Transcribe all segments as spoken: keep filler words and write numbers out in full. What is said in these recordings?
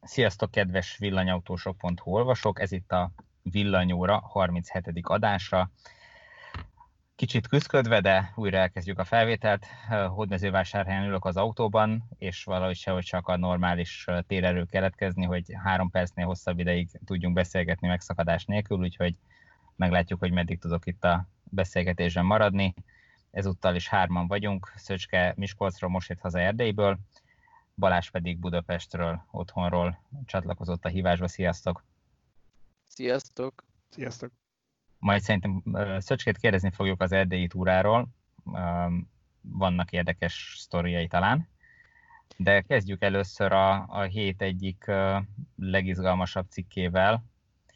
Sziasztok, kedves villanyautósok pont hu olvasók! Ez itt a Villanyóra harminchetedik adása. Kicsit küszködve, de újra elkezdjük a felvételt. Hódmezővásárhelyen ülök az autóban, és valahogy sehogy csak a normális térerő keletkezni, hogy három percnél hosszabb ideig tudjunk beszélgetni megszakadás nélkül, úgyhogy meglátjuk, hogy meddig tudok itt a beszélgetésben maradni. Ezúttal is hárman vagyunk, Szöcske Miskolcról most jött haza Erdélyből, Balázs pedig Budapestről, otthonról csatlakozott a hívásba. Sziasztok! Sziasztok! Sziasztok! Majd szerintem Szöcskét kérdezni fogjuk az erdélyi túráról. Vannak érdekes sztoriai talán. De kezdjük először a, a hét egyik legizgalmasabb cikkével.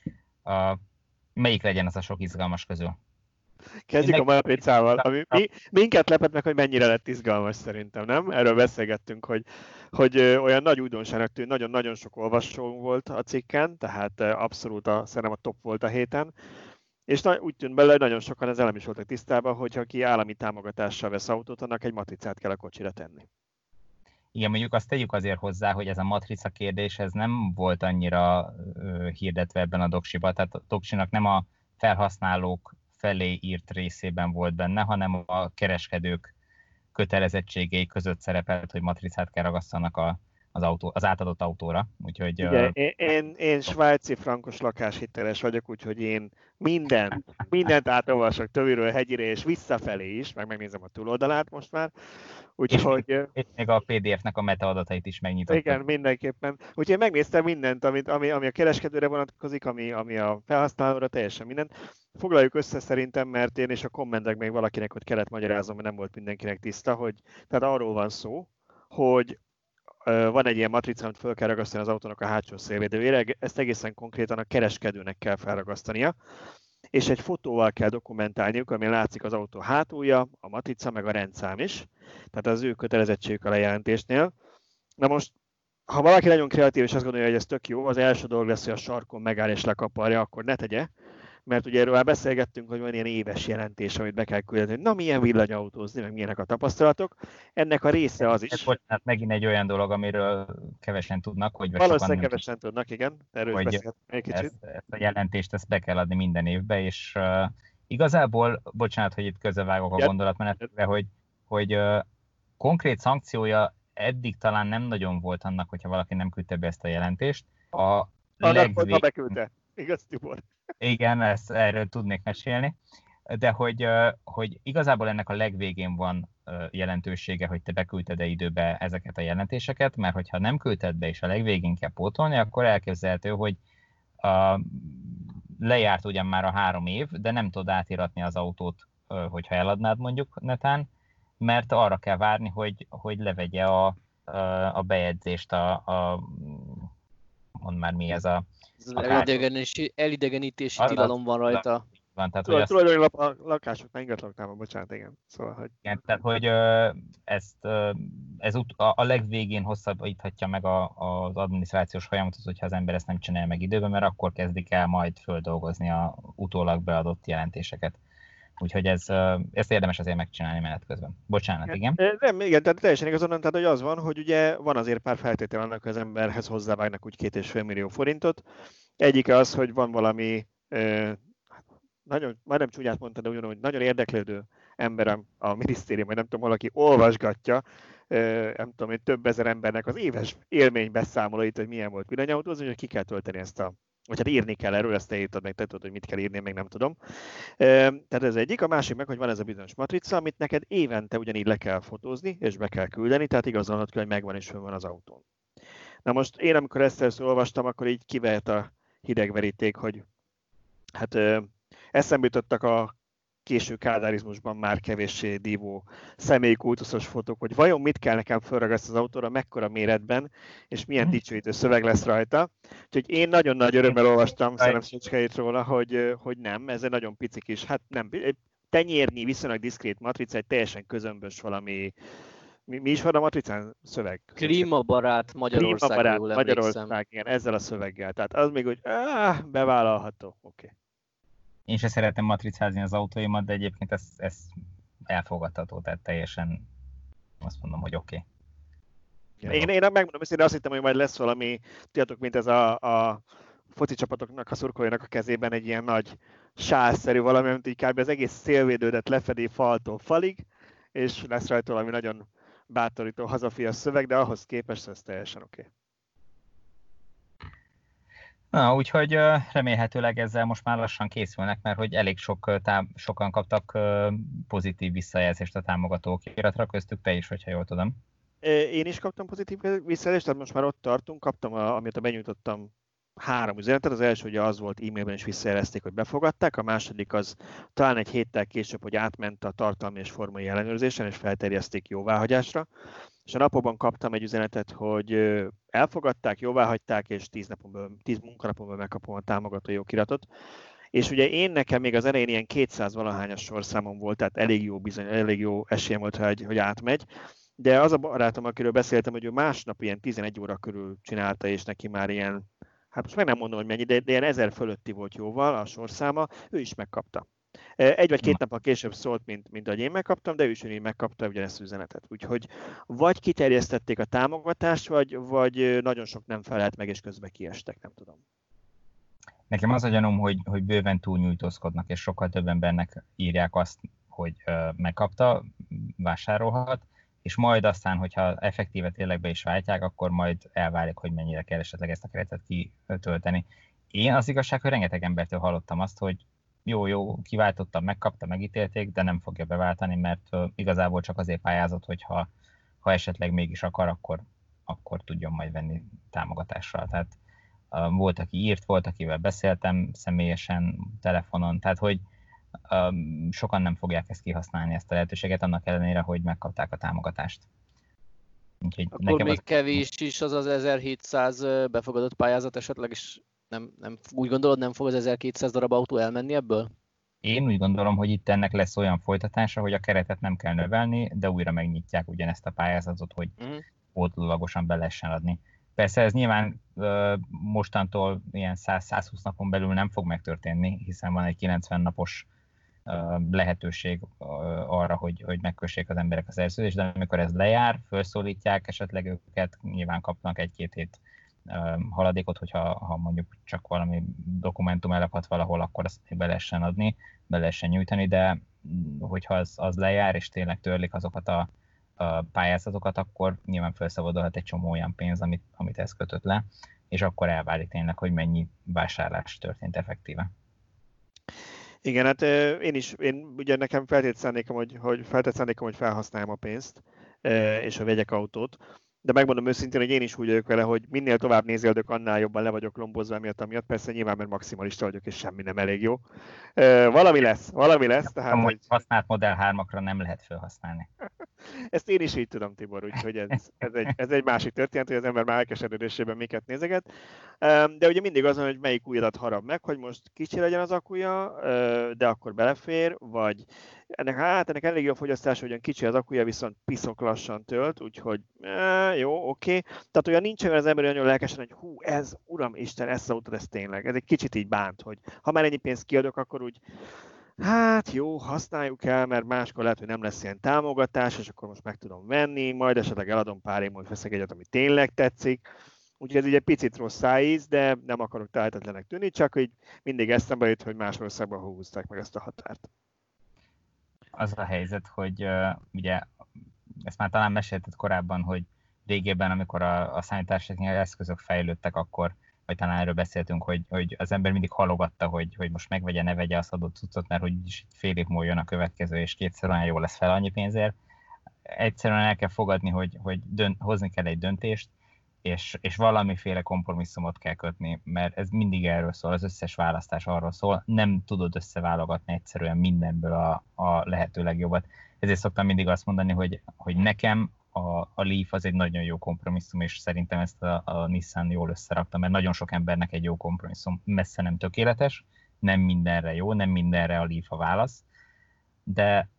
A, melyik legyen az a sok izgalmas közül? Kezdjük a matricával, ami mi, minket lepett meg, hogy mennyire lett izgalmas szerintem, nem? Erről beszélgettünk, hogy, hogy olyan nagy újdonságnak tűnt, nagyon-nagyon sok olvasó volt a cikken, tehát abszolút a, szerintem a top volt a héten, és na, úgy tűnt belőle, hogy nagyon sokan ezzel nem is voltak tisztában, hogy ha ki állami támogatással vesz autót, annak egy matricát kell a kocsira tenni. Igen, mondjuk azt tegyük azért hozzá, hogy ez a matrica kérdés, ez nem volt annyira ö, hirdetve ebben a doksiban, tehát a doksinak nem a felhasználók felé írt részében volt benne, hanem a kereskedők kötelezettségei között szerepelt, hogy matricát kell ragasztanak a, az, autó, az átadott autóra. Úgyhogy, ugye, uh, én, én, én svájci frankos lakáshiteles vagyok, úgyhogy én mindent, mindent átolvasok töviről, hegyire és visszafelé is, meg megnézem a túloldalát most már. Úgyhogy, és, és még a pé dé ef-nek a metaadatait is megnyitottak. Igen, mindenképpen. Úgyhogy én megnéztem mindent, amit, ami, ami a kereskedőre vonatkozik, ami, ami a felhasználóra, teljesen mindent. Foglaljuk össze szerintem, mert én és a kommentek még valakinek, hogy kellett magyarázom, mert nem volt mindenkinek tiszta, hogy tehát arról van szó, hogy uh, van egy ilyen matrica, amit fel kell ragasztani az autónak a hátsó szélvédőjére, ezt egészen konkrétan a kereskedőnek kell felragasztania, és egy fotóval kell dokumentálniuk, amin látszik az autó hátulja, a matrica, meg a rendszám is. Tehát az ő kötelezettségük a lejelentésnél. Na most, ha valaki nagyon kreatív és azt gondolja, hogy ez tök jó, az első dolog lesz, hogy a sarkon megáll és lekaparja, akkor ne tegye. Mert ugye erről már beszélgettünk, hogy van ilyen éves jelentés, amit be kell küldeni, hogy na milyen villanyautózni, meg milyenek a tapasztalatok. Ennek a része az is. Ez bocsánat, megint egy olyan dolog, amiről kevesen tudnak, hogy valószínűleg kevesen tudnak, igen. Erről hogy is beszélhetünk egy kicsit. Ezt, ezt a jelentést ezt be kell adni minden évbe, és uh, igazából, bocsánat, hogy itt közbevágok a gondolatmenetre, hogy, hogy uh, konkrét szankciója eddig talán nem nagyon volt annak, hogyha valaki nem küldte be ezt a jelentést. A legvég... Ha beküldte. Igaz, Tibor? Igen, ezt erről tudnék mesélni. De hogy, hogy igazából ennek a legvégén van jelentősége, hogy te beküldted-e időbe ezeket a jelentéseket, mert hogyha nem küldted be és a legvégén kell pótolni, akkor elképzelhető, hogy a, lejárt ugyan már a három év, de nem tudod átiratni az autót, hogyha eladnád mondjuk netán, mert arra kell várni, hogy, hogy levegye a, a bejegyzést, a, a mondd már mi ez a... a elidegenítési, elidegenítési tilalom van rajta. Van, tehát, szóval hogy tulajdonképpen a lakásoknál, ingatlanoknál, bocsánat, igen. Szóval, hogy... Igen, tehát, hogy ezt ez a legvégén hosszabbíthatja meg a, az adminisztrációs folyamatot, hogyha az ember ezt nem csinálja meg időben, mert akkor kezdik el majd földolgozni a utólag beadott jelentéseket. Úgyhogy ez, ezt érdemes azért megcsinálni menet közben. Bocsánat, igen? Nem, igen, tehát teljesen igazán, tehát hogy az van, hogy ugye van azért pár feltétel annak, hogy az emberhez hozzávágnak úgy két és fél millió forintot. Egyike az, hogy van valami nagyon, majdnem csúnyát mondta, de ugyanúgy nagyon érdeklődő ember a, a minisztérium, vagy nem tudom, valaki olvasgatja, nem tudom, hogy több ezer embernek az éves élménybeszámolóit, hogy milyen volt villanyautózni, hogy ki kell tölteni ezt a, vagy hát írni kell erről, ezt te írtad meg, te tudod, hogy mit kell írni, még nem tudom. Tehát ez egyik, a másik meg, hogy van ez a bizonyos matrica, amit neked évente ugyanígy le kell fotózni, és be kell küldeni, tehát igazolnod kell, hogy megvan és fönn van az autón. Na most én, amikor ezt először olvastam, akkor így kivehet a hidegveríték, hogy hát eszembe jutottak a késő kádárizmusban már kevéssé dívó személyi kultuszos fotók, hogy vajon mit kell nekem felragasztani az autóra, mekkora méretben, és milyen dicsőítő szöveg lesz rajta. Úgyhogy én nagyon nagy örömmel olvastam szerintem Szöcskeit róla, hogy, hogy nem, ez egy nagyon pici kis, hát nem, egy tenyérnyi, viszonylag diszkrét matrica, egy teljesen közömbös valami, mi, mi is van a matricán szöveg? Klímabarát Magyarország, Klímabarát jól Magyarország, igen, ezzel a szöveggel. Tehát az még, hogy áh, bevállalható, oké. Okay. Én sem szeretem matricázni az autóimat, de egyébként ez, ez elfogadható, tehát teljesen azt mondom, hogy oké. Okay. Én, én megmondom őszintén, azt hittem, hogy majd lesz valami, tudjátok, mint ez a, a foci csapatoknak, a szurkolóinak a kezében egy ilyen nagy sálszerű valami, amit így kb. Az egész szélvédődet lefedi faltól falig, és lesz rajta valami nagyon bátorító hazafias szöveg, de ahhoz képest ez teljesen oké. Okay. Na, úgyhogy remélhetőleg ezzel most már lassan készülnek, mert hogy elég sok, tám- sokan kaptak pozitív visszajelzést a támogatók iratra, köztük te is, hogyha jól tudom. Én is kaptam pozitív visszajelzést, tehát most már ott tartunk, kaptam, a, amit benyújtottam, három üzenetet. Az első ugye az volt, e-mailben is visszajelezték, hogy befogadták, a második az talán egy héttel később, hogy átment a tartalmi és formai ellenőrzésen, és felterjeszték jóváhagyásra. És a napokban kaptam egy üzenetet, hogy elfogadták, jóváhagyták, és tíz, napon, tíz munkanapomban megkapom a támogató jogiratot. És ugye én nekem még az elején ilyen kétszáz valahányas sorszámom volt, tehát elég jó, bizony, elég jó esélyem volt, hogy, hogy átmegy. De az a barátom, akiről beszéltem, hogy ő másnap ilyen tizenegy óra körül csinálta, és neki már ilyen, hát most meg nem mondom, hogy mennyi, de, de ilyen ezer fölötti volt jóval a sorszáma, ő is megkapta. Egy vagy két nappal később szólt, mint, mint ahogy én megkaptam, de ő is így megkapta ugyanezt üzenetet. Úgyhogy vagy kiterjesztették a támogatást, vagy, vagy nagyon sok nem felelt meg, és közben kiestek, nem tudom. Nekem az a gyanúm, hogy, hogy bőven túlnyújtózkodnak, és sokkal több embernek írják azt, hogy uh, megkapta, vásárolhat, és majd aztán, hogyha effektíve tényleg be is váltják, akkor majd elválik, hogy mennyire kell esetleg ezt a keretet kitölteni. Én az igazság, hogy rengeteg embertől hallottam azt, hogy jó, jó, kiváltottam, megkapta, megítélték, de nem fogja beváltani, mert uh, igazából csak azért pályázott, hogyha ha esetleg mégis akar, akkor, akkor tudjon majd venni támogatással. Tehát uh, volt, aki írt, volt, akivel beszéltem személyesen, telefonon, tehát hogy um, sokan nem fogják ezt kihasználni, ezt a lehetőséget, annak ellenére, hogy megkapták a támogatást. Úgyhogy akkor nekem még az... kevés is az az ezerhétszáz befogadott pályázat esetleg is. Nem, nem, úgy gondolod, nem fog az ezerkétszáz darab autó elmenni ebből? Én úgy gondolom, hogy itt ennek lesz olyan folytatása, hogy a keretet nem kell növelni, de újra megnyitják ugyanezt a pályázatot, hogy uh-huh. pótlólagosan be lehessen adni. Persze ez nyilván uh, mostantól ilyen száz-százhúsz napon belül nem fog megtörténni, hiszen van egy kilencven napos uh, lehetőség uh, arra, hogy, hogy megkössék az emberek a szerződést, de amikor ez lejár, felszólítják esetleg őket, nyilván kapnak egy-két hét haladékot, hogyha ha mondjuk csak valami dokumentum elakad valahol, akkor azt be lehessen adni, be lehessen nyújtani, de hogyha az, az lejár, és tényleg törlik azokat a, a pályázatokat, akkor nyilván felszabadulhat egy csomó olyan pénz, amit, amit ez kötött le, és akkor elválik tényleg, hogy mennyi vásárlás történt effektíve. Igen, hát én is, én ugye nekem feltett szándékom, hogy, hogy, feltett szándékom, hogy felhasználjam a pénzt, és hogy vegyek autót. De megmondom őszintén, hogy én is úgy vagyok vele, hogy minél tovább nézéldök, annál jobban le vagyok lombozva emiatt, amiatt. Persze nyilván, mert maximalista vagyok, és semmi nem elég jó. Uh, valami lesz, valami lesz. Tehát, Amúgy hogy... használt Model hármakra nem lehet felhasználni. Ezt én is így tudom, Tibor, úgyhogy ez, ez, egy, ez egy másik történet, hogy az ember már elkeseredésében miket nézeget. De ugye mindig azon, hogy melyik újadat harap meg, hogy most kicsi legyen az akkuja, de akkor belefér, vagy ennek, hát ennek elég jó fogyasztása, ugyan kicsi az akkuja, viszont piszok lassan tölt, úgyhogy e, jó, oké. Tehát olyan nincs olyan az ember nagyon lelkesen, hogy hú, ez, uram Isten, ez az autó, ez tényleg. Ez egy kicsit így bánt, hogy ha már ennyi pénzt kiadok, akkor úgy hát jó, használjuk el, mert máskor lehet, hogy nem lesz ilyen támogatás, és akkor most meg tudom venni, majd esetleg eladom pár év, hogy veszek egyet, ami tényleg tetszik. Úgyhogy ez ugye picit rossz szájíz, de nem akarok tehetetlenek tűnni, csak hogy mindig eszembe jut, hogy más országban húzták meg ezt a határt. Az a helyzet, hogy uh, ugye ezt már talán mesélted korábban, hogy régebben, amikor a, a számítási eszközök fejlődtek, akkor vagy talán erről beszéltünk, hogy, hogy az ember mindig halogatta, hogy, hogy most megvegye, ne vegye azt adott cuccot, mert hogy is fél év múlva jön a következő, és kétszer olyan jó lesz fel annyi pénzért. Egyszerűen el kell fogadni, hogy, hogy dönt, hozni kell egy döntést, és, és valamiféle kompromisszumot kell kötni, mert ez mindig erről szól, az összes választás arról szól, nem tudod összeválogatni egyszerűen mindenből a, a lehető legjobbat. Ezért szoktam mindig azt mondani, hogy, hogy nekem A, a Leaf az egy nagyon jó kompromisszum, és szerintem ezt a, a Nissan jól összerakta, mert nagyon sok embernek egy jó kompromisszum messze nem tökéletes, nem mindenre jó, nem mindenre a Leaf a válasz, de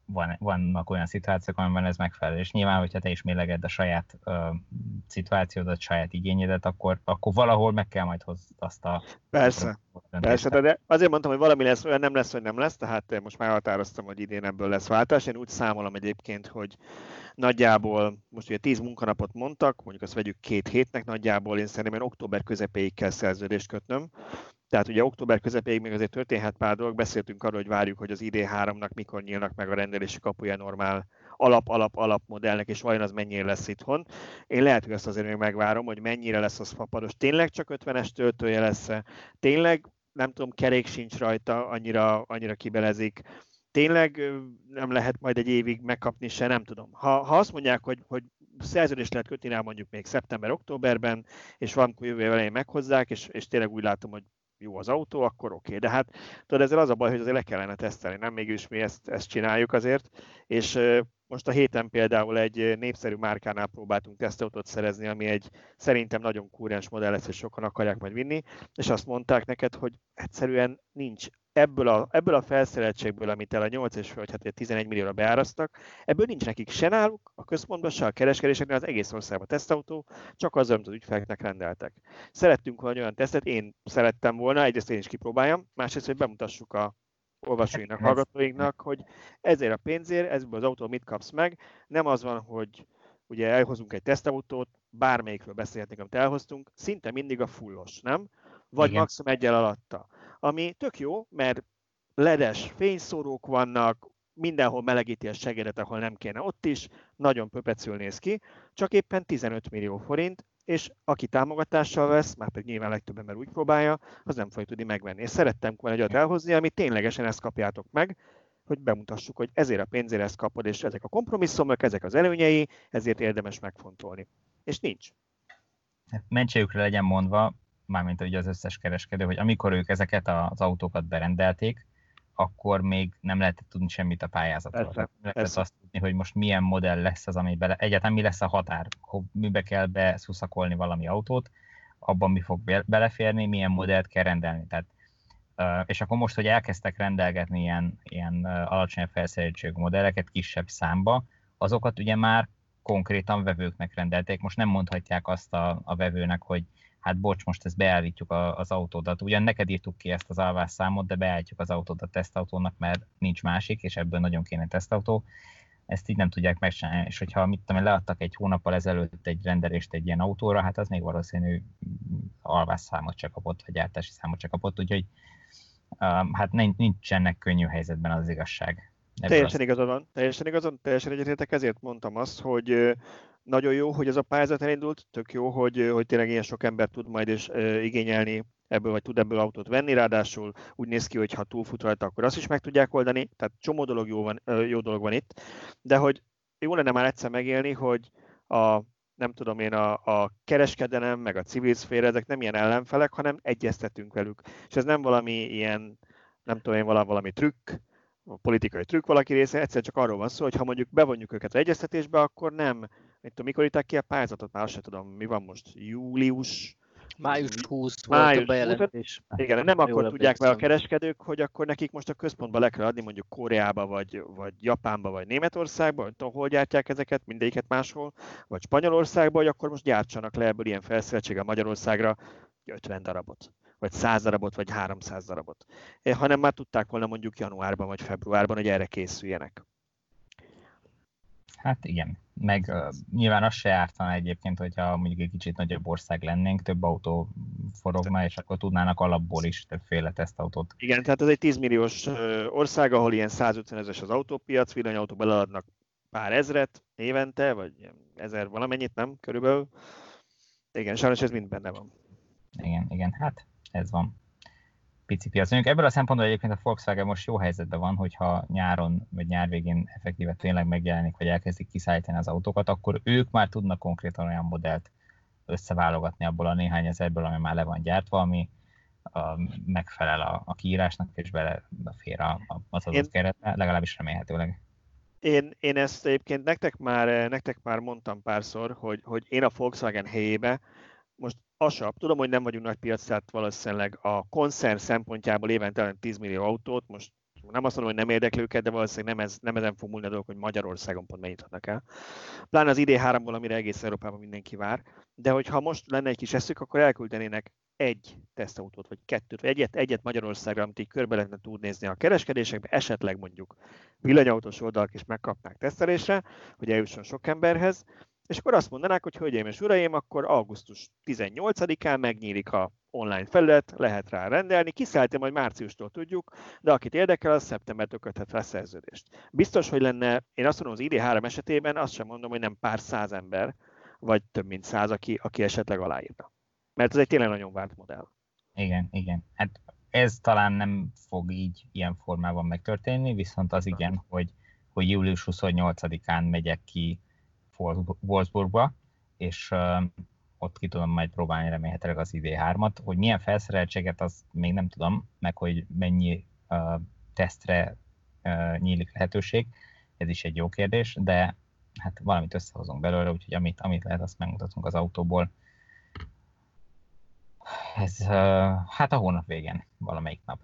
van, vannak olyan szituációk, amiben ez megfelelő. És nyilván, hogyha te is méleged a saját uh, szituációdat, saját igényedet, akkor, akkor valahol meg kell majd hozni azt a... Persze, persze, de azért mondtam, hogy valami lesz, olyan nem lesz, hogy nem lesz, tehát most már határoztam, hogy idén ebből lesz váltás. Én úgy számolom egyébként, hogy nagyjából, most ugye tíz munkanapot mondtak, mondjuk azt vegyük két hétnek nagyjából, én szerintem én október közepéig kell szerződést kötnöm. Tehát ugye október közepéig még azért történhet pár dolog, beszéltünk arról, hogy várjuk, hogy az I D háromnak mikor nyílnak meg a rendelési kapuja normál alap-alap-alap modellnek, és vajon az mennyire lesz itthon. Én lehet, hogy ezt azért még megvárom, hogy mennyire lesz az fapados. Tényleg csak ötvenes töltője lesz-e? Tényleg, nem tudom, kerék sincs rajta, annyira, annyira kibelezik. Tényleg nem lehet majd egy évig megkapni se, nem tudom. Ha, ha azt mondják, hogy, hogy szerződést lehet kötni rá mondjuk még szeptember-októberben, és valamikor jövő év elején meghozzák, és, és tényleg úgy látom, hogy jó az autó, akkor oké. Okay. De hát tudod, ezzel az a baj, hogy azért le kellene tesztelni, nem? Mégis mi ezt, ezt csináljuk azért. És most a héten például egy népszerű márkánál próbáltunk tesztautót szerezni, ami egy szerintem nagyon kúrens modell lesz, és sokan akarják majd vinni, és azt mondták neked, hogy egyszerűen nincs ebből a, ebből a felszereltségből, amit el a nyolc és vagy hát tizenegy millióra beárasztak, ebből nincs nekik se náluk, a központban, se a kereskedéseknél, az egész országban tesztautó, csak azzal, amit az ügyfeleknek rendeltek. Szerettünk volna olyan tesztet, én szerettem volna, egyrészt én is kipróbáljam, másrészt, hogy bemutassuk a olvasóinknak, hallgatóinknak, hogy ezért a pénzért, ezből az autó mit kapsz meg. Nem az van, hogy ugye elhozunk egy tesztautót, bármelyikről beszélhetnénk, amit elhoztunk, szinte mindig a fullos, nem? Vagy igen, maximum egyel alatta. Ami tök jó, mert ledes fényszórók vannak, mindenhol melegíti a segedet, ahol nem kéne ott is, nagyon pöpecül néz ki, csak éppen tizenöt millió forint, és aki támogatással vesz, már pedig nyilván legtöbb ember úgy próbálja, az nem fogja tudni megvenni. És szerettem volna egy olyat elhozni, ami ténylegesen ezt kapjátok meg, hogy bemutassuk, hogy ezért a pénzért ezt kapod, és ezek a kompromisszumok, ezek az előnyei, ezért érdemes megfontolni. És nincs. Mentségükre legyen mondva, mármint ugye az összes kereskedő, hogy amikor ők ezeket az autókat berendelték, akkor még nem lehetett tudni semmit a pályázatról. Persze, lehetett azt tudni, hogy most milyen modell lesz az, ami bele, egyáltalán mi lesz a határ, mibe kell beszuszakolni valami autót, abban mi fog beleférni, milyen modellt kell rendelni. Tehát, és akkor most, hogy elkezdtek rendelgetni ilyen, ilyen alacsonyabb felszereltségű modelleket kisebb számba, azokat ugye már konkrétan vevőknek rendelték. Most nem mondhatják azt a, a vevőnek, hogy hát bocs, most ezt beállítjuk az autódat. Ugyan neked írtuk ki ezt az alvásszámot, de beállítjuk az autódat tesztautónak, mert nincs másik, és ebből nagyon kéne tesztautó. Ezt így nem tudják megcsinálni. És hogyha mit tudom, leadtak egy hónappal ezelőtt egy rendelést egy ilyen autóra, hát az még valószínű alvásszámot se kapott, vagy gyártási számot se kapott, úgyhogy um, hát nincsenek könnyű helyzetben az igazság. Ebből teljesen igazad van, teljesen igazad, teljesen egyetértek, ezért mondtam azt, hogy nagyon jó, hogy ez a pályázat elindult, tök jó, hogy, hogy tényleg ilyen sok ember tud majd is uh, igényelni ebből, vagy tud ebből autót venni, ráadásul úgy néz ki, hogy ha túlfut rajta, akkor azt is meg tudják oldani, tehát csomó dolog jó, van, uh, jó dolog van itt, de hogy jó lenne már egyszer megélni, hogy a, nem tudom én, a, a kereskedelem, meg a civil szféra, ezek nem ilyen ellenfelek, hanem egyeztetünk velük. És ez nem valami ilyen, nem tudom én, valami, valami trükk, a politikai trükk valaki része, egyszer csak arról van szó, hogy ha mondjuk bevonjuk őket az egyeztetésbe, akkor nem, mit tudom, mikor írták ki a pályázatot, már azt sem tudom, mi van most, július, május huszadika volt a bejelentés. Igen, nem akkor tudják meg a kereskedők, hogy akkor nekik most a központba le kell adni, mondjuk Koreába, vagy, vagy Japánba, vagy Németországba, vagy tudom, hol gyártják ezeket, mindegyiket máshol, vagy Spanyolországba, hogy akkor most gyártsanak le ebből ilyen felszereltséggel Magyarországra ötven darabot, vagy száz darabot, vagy háromszáz darabot. Hanem már tudták volna mondjuk januárban, vagy februárban, hogy erre készüljenek. Hát igen, meg uh, nyilván az se ártana egyébként, hogyha mondjuk egy kicsit nagyobb ország lennénk, több autó forogna, és akkor tudnának alapból is többféle tesztautót. Igen, tehát ez egy tíz milliós ország, ahol ilyen százötven ezeres az autópiac, villanyautók beleadnak pár ezret évente, vagy ezer valamennyit, nem? Körülbelül. Igen, sajnos ez mind benne van. Igen, igen, hát ez van. Pici piac. Mondjuk ebből a szempontból egyébként a Volkswagen most jó helyzetben van, hogyha nyáron vagy nyár végén effektíve tényleg megjelenik, vagy elkezdik kiszállítani az autókat, akkor ők már tudnak konkrétan olyan modellt összeválogatni abból a néhány ezerből, ami már le van gyártva, ami a, megfelel a, a kiírásnak, és belefér az adott keretbe, legalábbis remélhetőleg. Én, én ezt egyébként nektek már, nektek már mondtam párszor, hogy, hogy én a Volkswagen helyébe most asap, tudom, hogy nem vagyunk nagy piac, tehát valószínűleg a koncern szempontjából évente tíz millió autót, most nem azt mondom, hogy nem érdekli őket, de valószínűleg nem, ez, nem ezen fog múlni a dolog, hogy Magyarországon pont mennyit adnak el. Pláne az idé háromból, amire egész Európában mindenki vár. De hogyha most lenne egy kis eszük, akkor elküldenének egy tesztautót, vagy kettőt, vagy egyet, egyet Magyarországra, amit így körbe lehetne tud nézni a kereskedésekbe, esetleg mondjuk villanyautós oldalak is megkapnák tesztelésre, hogy eljusson sok emberhez, és akkor azt mondanák, hogy hölgyeim és uraim, akkor augusztus tizennyolcadikán megnyílik a online felület, lehet rá rendelni, kiszállítja, majd márciustól tudjuk, de akit érdekel, az szeptembertől köthet rá szerződést. Biztos, hogy lenne, én azt mondom, az idé három esetében azt sem mondom, hogy nem pár száz ember, vagy több mint száz, aki, aki esetleg aláírna. Mert ez egy tényleg nagyon várt modell. Igen, igen. Hát ez talán nem fog így ilyen formában megtörténni, viszont az igen, hogy, hogy július huszonnyolcadikán megyek ki Wolfsburgba, és uh, ott ki tudom majd próbálni remélhetőleg az idé hármat. Hogy milyen felszereltséget, azt még nem tudom, meg hogy mennyi uh, tesztre uh, nyílik lehetőség. Ez is egy jó kérdés, de hát valamit összehozunk belőle, úgyhogy amit, amit lehet, azt megmutatunk az autóból. Ez uh, hát a hónap végén, valamelyik nap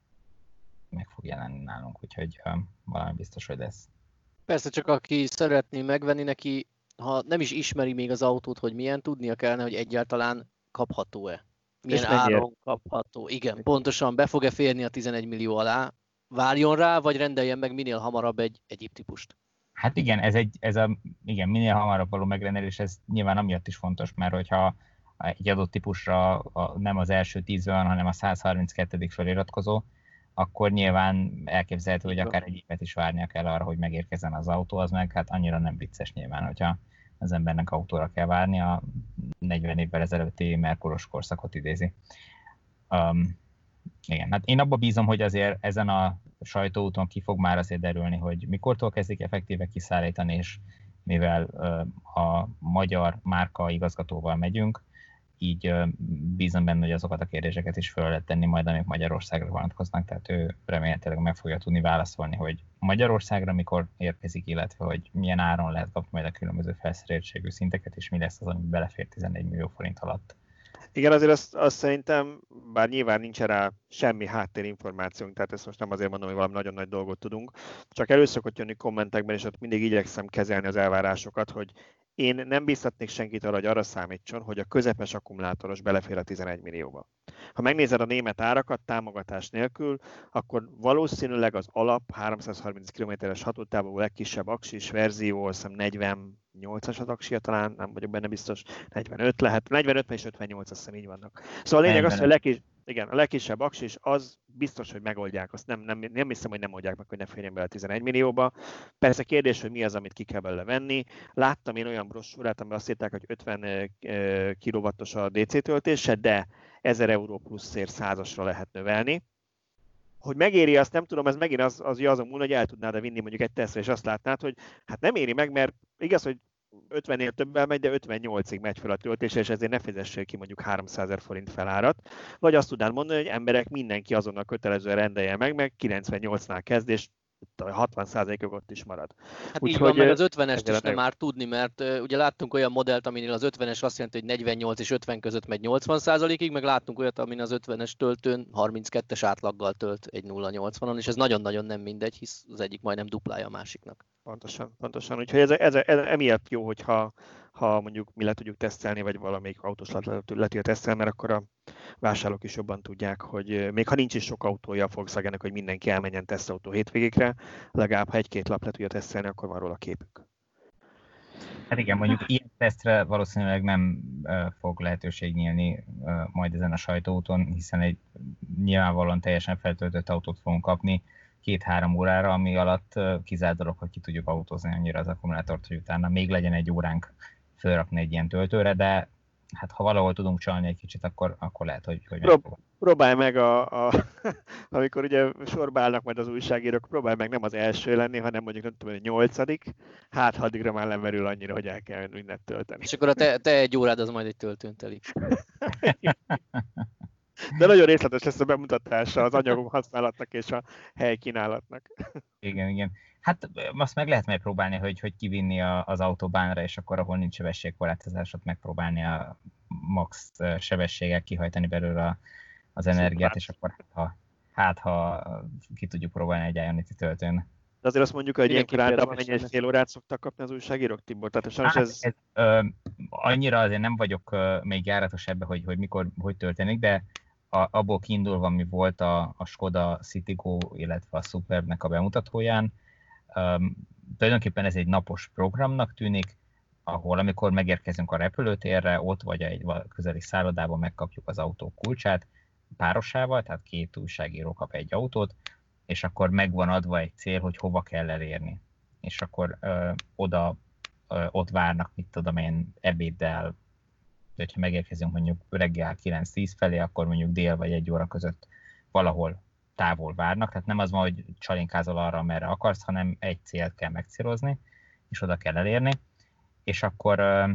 meg fog jelenni nálunk, úgyhogy uh, valami biztos, hogy lesz. Persze, csak aki szeretné megvenni neki, ha nem is ismeri még az autót, hogy milyen, tudnia kellene, hogy egyáltalán kapható-e. Milyen áron kapható. Igen, pontosan be fog-e férni a tizenegy millió alá, várjon rá, vagy rendeljen meg minél hamarabb egy egyéb típust. Hát igen, ez, egy, ez a igen, minél hamarabb való megrendelés, ez nyilván amiatt is fontos, mert hogyha egy adott típusra a, nem az első tíz van, hanem a száz harminckettő feliratkozó, akkor nyilván elképzelhető, hogy akár egy évet is várnia kell arra, hogy megérkezzen az autó, az meg hát annyira nem vicces nyilván, hogyha az embernek autóra kell várni, a negyven évvel ezelőtti Mercuros korszakot idézi. Um, igen, hát én abba bízom, hogy azért ezen a sajtóúton ki fog már azért derülni, hogy mikortól kezdik effektíve kiszállítani, és mivel uh, a magyar márka igazgatóval megyünk, így uh, bízom benne, hogy azokat a kérdéseket is fel lehet tenni majd, amik Magyarországra vonatkoznak, tehát ő remélhetőleg meg fogja tudni válaszolni, hogy Magyarországra mikor érkezik, illetve hogy milyen áron lehet kapni majd a különböző felszereltségű szinteket, és mi lesz az, ami belefér tizenegy millió forint alatt. Igen, azért azt, azt szerintem, bár nyilván nincs rá semmi háttérinformációnk, tehát ezt most nem azért mondom, hogy valami nagyon nagy dolgot tudunk, csak elő szokott jönni kommentekben, és ott mindig igyekszem kezelni az elvárásokat, hogy én nem bíztatnék senkit arra, hogy arra számítson, hogy a közepes akkumulátoros belefér a tizenegy millióba. Ha megnézed a német árakat támogatás nélkül, akkor valószínűleg az alap háromszázharminc kilométeres hatótávú legkisebb aksis verzió, azt hiszem negyvennyolcas az aksia talán, nem vagyok benne biztos, negyvenöt lehet, negyvenöt és ötvennyolc, azt hiszem így vannak. Szóval a lényeg az, hogy a legkis, igen, a legkisebb aksis, az biztos, hogy megoldják, azt nem, nem, nem hiszem, hogy nem oldják meg, hogy ne férjen bele a tizenegy millióba. Persze kérdés, hogy mi az, amit ki kell belőle venni. Láttam én olyan brossúrát, amiben azt írták, hogy ötven kilowattos a dé cé töltése, de ezer euró pluszért százasra lehet növelni. Hogy megéri, azt nem tudom, ez megint az, az azon múlna, hogy el tudnád vinni mondjuk egy Tesla, és azt látnád, hogy hát nem éri meg, mert igaz, hogy ötvennél többel megy, de ötvennyolcig megy fel a töltése, és ezért ne fizessél ki mondjuk háromszázezer forint felárat. Vagy azt tudnád mondani, hogy emberek, mindenki azonnal kötelezően rendelje meg, meg kilencvennyolcnál kezd, és hatvan százalékig ott is marad. Hát úgy így van, meg az ötvenest is nem már tudni, mert uh, ugye láttunk olyan modellt, aminél az ötvenes azt jelenti, hogy negyvennyolc és ötven között megy nyolcvan százalékig, meg láttunk olyat, amin az ötvenes töltőn harminckettes átlaggal tölt egy nulla nyolcvanon, és ez nagyon-nagyon nem mindegy, hisz az egyik majdnem duplája a másiknak. Pontosan, pontosan. Úgyhogy ez, ez, ez emiatt jó, hogyha ha mondjuk mi le tudjuk tesztelni, vagy valamelyik autós le, le tudja tesztelni, mert akkor a vásárlók is jobban tudják, hogy még ha nincs is sok autója a Volkswagennek, hogy mindenki elmenjen tesztautó hétvégékre, legalább ha egy-két lap le tudja tesztelni, akkor van róla képük. Hát igen, mondjuk ilyen tesztre valószínűleg nem uh, fog lehetőség nyílni uh, majd ezen a sajtóúton, hiszen egy nyilvánvalóan teljesen feltöltött autót fogunk kapni két-három órára, ami alatt uh, kizárt dolog, hogy ki tudjuk autózni annyira az akkumulátort, hogy utána még legyen egy óránk felrakni egy ilyen töltőre, de hát ha valahol tudunk csalni egy kicsit, akkor, akkor lehet, hogy, hogy Prób- próbálj meg, a, a, amikor ugye sorba állnak majd az újságírók, próbálj meg nem az első lenni, hanem mondjuk nem tudom, a nyolcadik, hát addigra már lemerül annyira, hogy el kell mindent tölteni. És akkor a te, te egy órád az majd egy töltőn telik. De nagyon részletes lesz a bemutatása az anyagok használatnak és a helykínálatnak. Igen, igen. Hát azt meg lehet megpróbálni, hogy, hogy kivinni a, az autóbánra, és akkor, ahol nincs sebességkorlátozásot, megpróbálni a max sebességgel kihajtani belőle az energiát, és akkor ha hát ha ki tudjuk próbálni egy Ionity töltőn. De azért azt mondjuk, hogy ilyenkor általában mennyi egy lenne. fél órát szoktak kapni az újságírók, Tibor? Tehát sajnos Hát ez... ez ö, annyira azért nem vagyok ö, még járatos ebbe, hogy, hogy mikor, hogy történik, de a, abból kiindulva, ami volt a, a Skoda Citigo, illetve a Superbnek a bemutatóján, ö, tulajdonképpen ez egy napos programnak tűnik, ahol amikor megérkezünk a repülőtérre, ott vagy egy közeli szállodában megkapjuk az autó kulcsát párosával, tehát két újságíró kap egy autót, és akkor megvan adva egy cél, hogy hova kell elérni. És akkor ö, oda, ö, ott várnak, mit tudom én, ebéddel, de ha megérkezünk mondjuk reggel kilenc-tíz felé, akkor mondjuk dél vagy egy óra között valahol távol várnak. Tehát nem az van, hogy csalinkázol arra, merre akarsz, hanem egy célt kell megcélozni, és oda kell elérni. És akkor ö,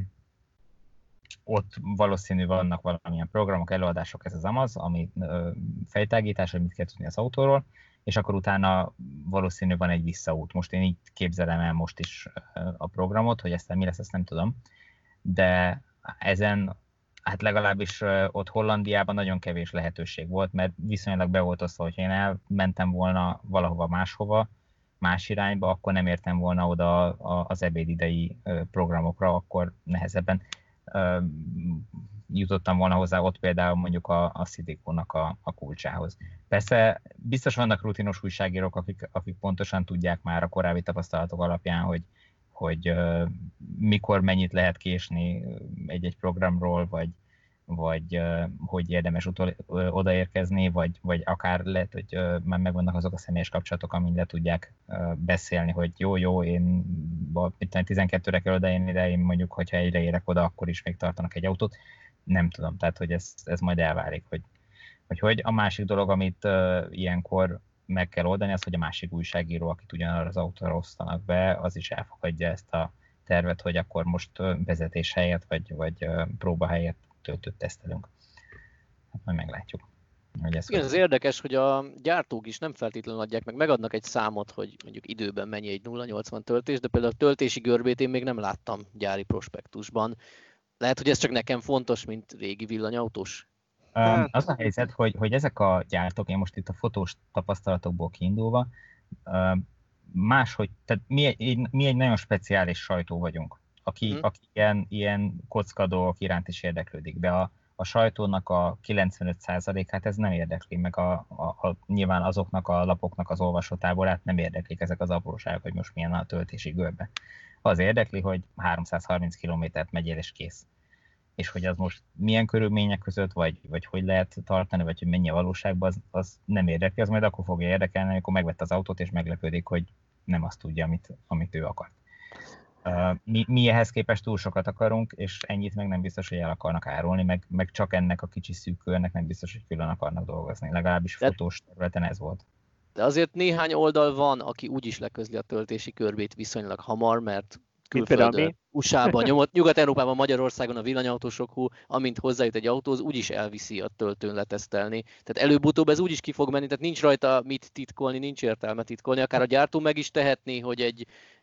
ott valószínű vannak valamilyen programok, előadások, ez az AMAZ, ami ö, fejtágítás, hogy mit kell tudni az autóról, és akkor utána valószínű van egy visszaút. Most én így képzelem el most is a programot, hogy aztán mi lesz, ezt nem tudom, de ezen, hát legalábbis ott Hollandiában nagyon kevés lehetőség volt, mert viszonylag be volt osztva, hogyha én elmentem volna valahova máshova, más irányba, akkor nem értem volna oda az ebédidei programokra, akkor nehezebben jutottam volna hozzá ott például mondjuk a, a Citigo-nak a, a kulcsához. Persze biztos vannak rutinos újságírók, akik, akik pontosan tudják már a korábbi tapasztalatok alapján, hogy, hogy uh, mikor mennyit lehet késni egy-egy programról, vagy, vagy uh, hogy érdemes utol, uh, odaérkezni, vagy, vagy akár lehet, hogy uh, már megvannak azok a személyes kapcsolatok, amin le tudják uh, beszélni, hogy jó, jó, én tizenkettőre kell odaérni, de én mondjuk, hogyha egyre érek oda, akkor is még tartanak egy autót. Nem tudom, tehát hogy ez, ez majd elválik, hogy, hogy hogy. A másik dolog, amit uh, ilyenkor meg kell oldani, az, hogy a másik újságíró, akit ugyanarra az autóra osztanak be, az is elfogadja ezt a tervet, hogy akkor most uh, vezetés helyett, vagy, vagy uh, próba helyett töltőt tesztelünk. Hát majd meglátjuk. Hogy ez Igen, ez érdekes, hogy a gyártók is nem feltétlenül adják meg, megadnak egy számot, hogy mondjuk időben mennyi egy nulla nyolcvan töltés, de például a töltési görbét én még nem láttam gyári prospektusban. Lehet, hogy ez csak nekem fontos, mint régi villanyautós? Um, az a helyzet, hogy, hogy ezek a gyártók, én most itt a fotós tapasztalatokból kiindulva, um, máshogy, tehát mi egy, mi egy nagyon speciális sajtó vagyunk, aki, hmm. aki ilyen, ilyen kocka dolgok iránt is érdeklődik, de a, a sajtónak a kilencvenöt százalékát ez nem érdekli, meg a, a, a, nyilván azoknak a lapoknak az olvasótáborát nem érdeklik ezek az apróságok, hogy most milyen a töltési görbe. Az érdekli, hogy háromszázharminc kilométert megyél és kész. És hogy az most milyen körülmények között, vagy, vagy hogy lehet tartani, vagy hogy mennyi a valóságban, az, az nem érdekli, az majd akkor fogja érdekelni, amikor megvett az autót, és meglepődik, hogy nem azt tudja, amit, amit ő akart. Uh, mi, mi ehhez képest túl sokat akarunk, és ennyit meg nem biztos, hogy el akarnak árulni, meg, meg csak ennek a kicsi szűk körnek nem biztos, hogy külön akarnak dolgozni. Legalábbis de, fotós területen ez volt. De azért néhány oldal van, aki úgy is leközli a töltési körbét viszonylag hamar, mert külföldön, u es á-ban, Nyugat-Európában, Magyarországon a villanyautósok, hú, amint hozzájut egy autóhoz, úgyis elviszi a töltőn letesztelni. Tehát előbb-utóbb ez úgyis ki fog menni, tehát nincs rajta mit titkolni, nincs értelme titkolni. Akár a gyártó meg is tehetné, hogy egy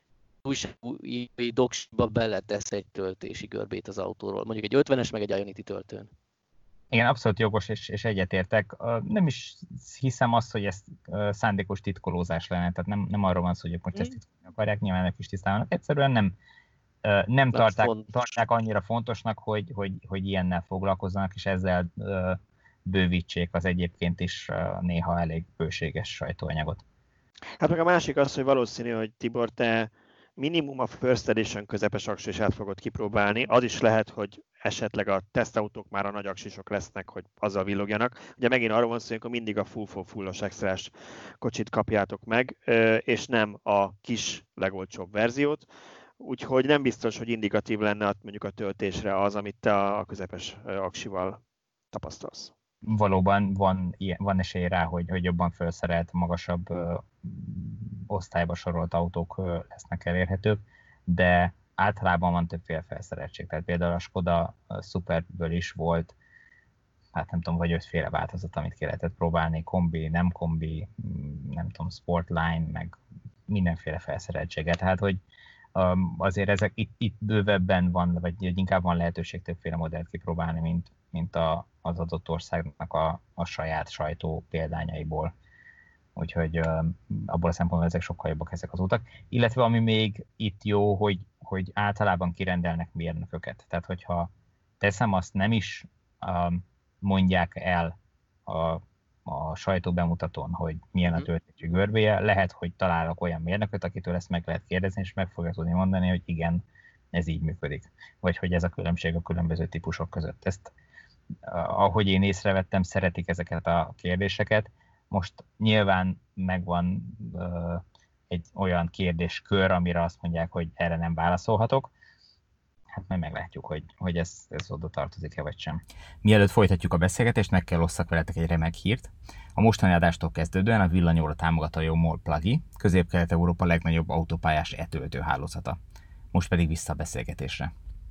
újságírói doksiba beletesz egy töltési görbét az autóról. Mondjuk egy ötvenes, meg egy Ionity töltőn. Igen, abszolút jogos, és, és egyetértek. Nem is hiszem azt, hogy ez szándékos titkolózás lenne, tehát nem, nem arról van szó, hogy most ezt titkolni akarják, nyilván ők is tisztában. Egyszerűen nem, nem tarták, tarták annyira fontosnak, hogy, hogy, hogy ilyennel foglalkozzanak, és ezzel bővítsék az egyébként is néha elég bőséges sajtóanyagot. Hát meg a másik az, hogy valószínű, hogy Tibor, te minimum a First Edition közepes aksis is át fogod kipróbálni. Az is lehet, hogy esetleg a tesztautók már a nagy aksisok lesznek, hogy azzal villogjanak. Ugye megint arról van szó, hogy mondjuk a full for full-os extrás kocsit kapjátok meg, és nem a kis, legolcsóbb verziót. Úgyhogy nem biztos, hogy indikatív lenne mondjuk a töltésre az, amit te a közepes aksival tapasztalsz. Valóban van, van esély rá, hogy, hogy jobban felszerelt, magasabb ö, osztályba sorolt autók ö, lesznek elérhetők, de általában van többféle felszereltség. Tehát például a Skoda Superből is volt, hát nem tudom, vagy ötféle változat, amit ki lehetett próbálni, kombi, nem kombi, nem tudom, Sportline, meg mindenféle felszereltséget. Tehát, hogy um, azért ezek itt, itt bővebben van, vagy inkább van lehetőség többféle modellt kipróbálni, mint, mint a, az adott országnak a, a saját sajtó példányaiból úgyhogy abból a szempontból ezek sokkal jobbak ezek az utak. Illetve ami még itt jó, hogy, hogy általában kirendelnek mérnököket. Tehát hogyha teszem, azt nem is mondják el a, a sajtóbemutatón, hogy milyen a töltési görbéje, lehet, hogy találok olyan mérnököt, akitől ezt meg lehet kérdezni, és meg fogja tudni mondani, hogy igen, ez így működik. Vagy hogy ez a különbség a különböző típusok között. Ezt, ahogy én észrevettem, szeretik ezeket a kérdéseket. Most nyilván megvan uh, egy olyan kérdéskör, amire azt mondják, hogy erre nem válaszolhatok. Hát majd meglátjuk, hogy, hogy ez, ez oda tartozik-e vagy sem. Mielőtt folytatjuk a beszélgetést, meg kell osszak veletek egy remek hírt. A mostani adástól kezdődően a Villanyóra támogatója MOL Plug-i, Közép-Kelet-Európa legnagyobb autópályás e-töltő hálózata. Most pedig vissza a beszélgetésre.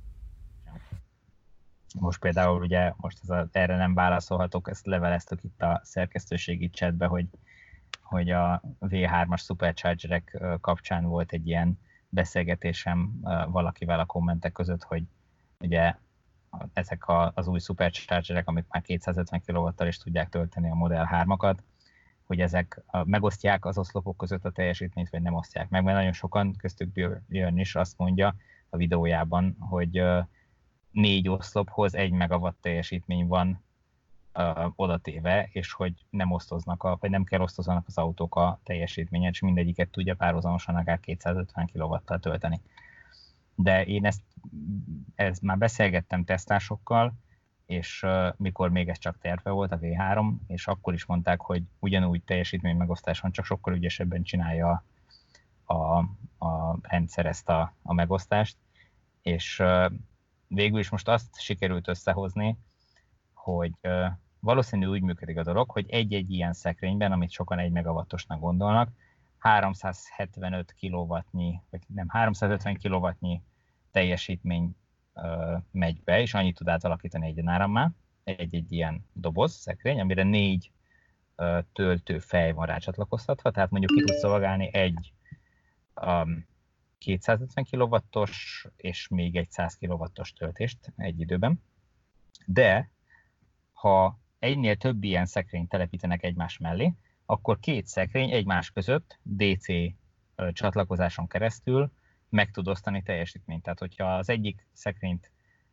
Most például ugye, most ez a, erre nem válaszolhatok, ezt leveleztük itt a szerkesztőségi chatbe, hogy, hogy a vé hármas Superchargerek kapcsán volt egy ilyen beszélgetésem valakivel a kommentek között, hogy ugye ezek a, az új Superchargerek, amik már kétszázötven kilovattal is tudják tölteni a Model hármakat, hogy ezek megosztják az oszlopok között a teljesítményt, vagy nem osztják meg, mert nagyon sokan, köztük Björn is azt mondja a videójában, hogy négy oszlophoz egy megawatt teljesítmény van uh, odatéve, és hogy nem osztoznak, a, vagy nem kell osztozzanak az autók a teljesítményet, és mindegyiket tudja párhuzamosan akár kétszázötven kilowattal tölteni. De én ezt, ezt már beszélgettem tesztásokkal, és uh, mikor még ez csak terve volt a vé három, és akkor is mondták, hogy ugyanúgy teljesítmény megosztáson, csak sokkal ügyesebben csinálja a, a, a rendszer ezt a, a megosztást, és uh, végül is most azt sikerült összehozni, hogy uh, valószínűleg úgy működik a dolog, hogy egy-egy ilyen szekrényben, amit sokan egy megawattosnak gondolnak, háromszázhetvenöt kilowattnyi, vagy nem, háromszázötven kilowattnyi teljesítmény uh, megy be, és annyit tud átalakítani egy árammá, egy-egy ilyen doboz, szekrény, amire négy uh, töltőfej van rácsatlakoztatva, tehát mondjuk ki tud szolgálni egy um, kétszázötven kilowattos és még egy száz kilowattos töltést egy időben. De ha egynél több ilyen szekrényt telepítenek egymás mellé, akkor két szekrény egymás között dé cé csatlakozáson keresztül meg tud osztani teljesítményt. Tehát, hogyha az egyik szekrényt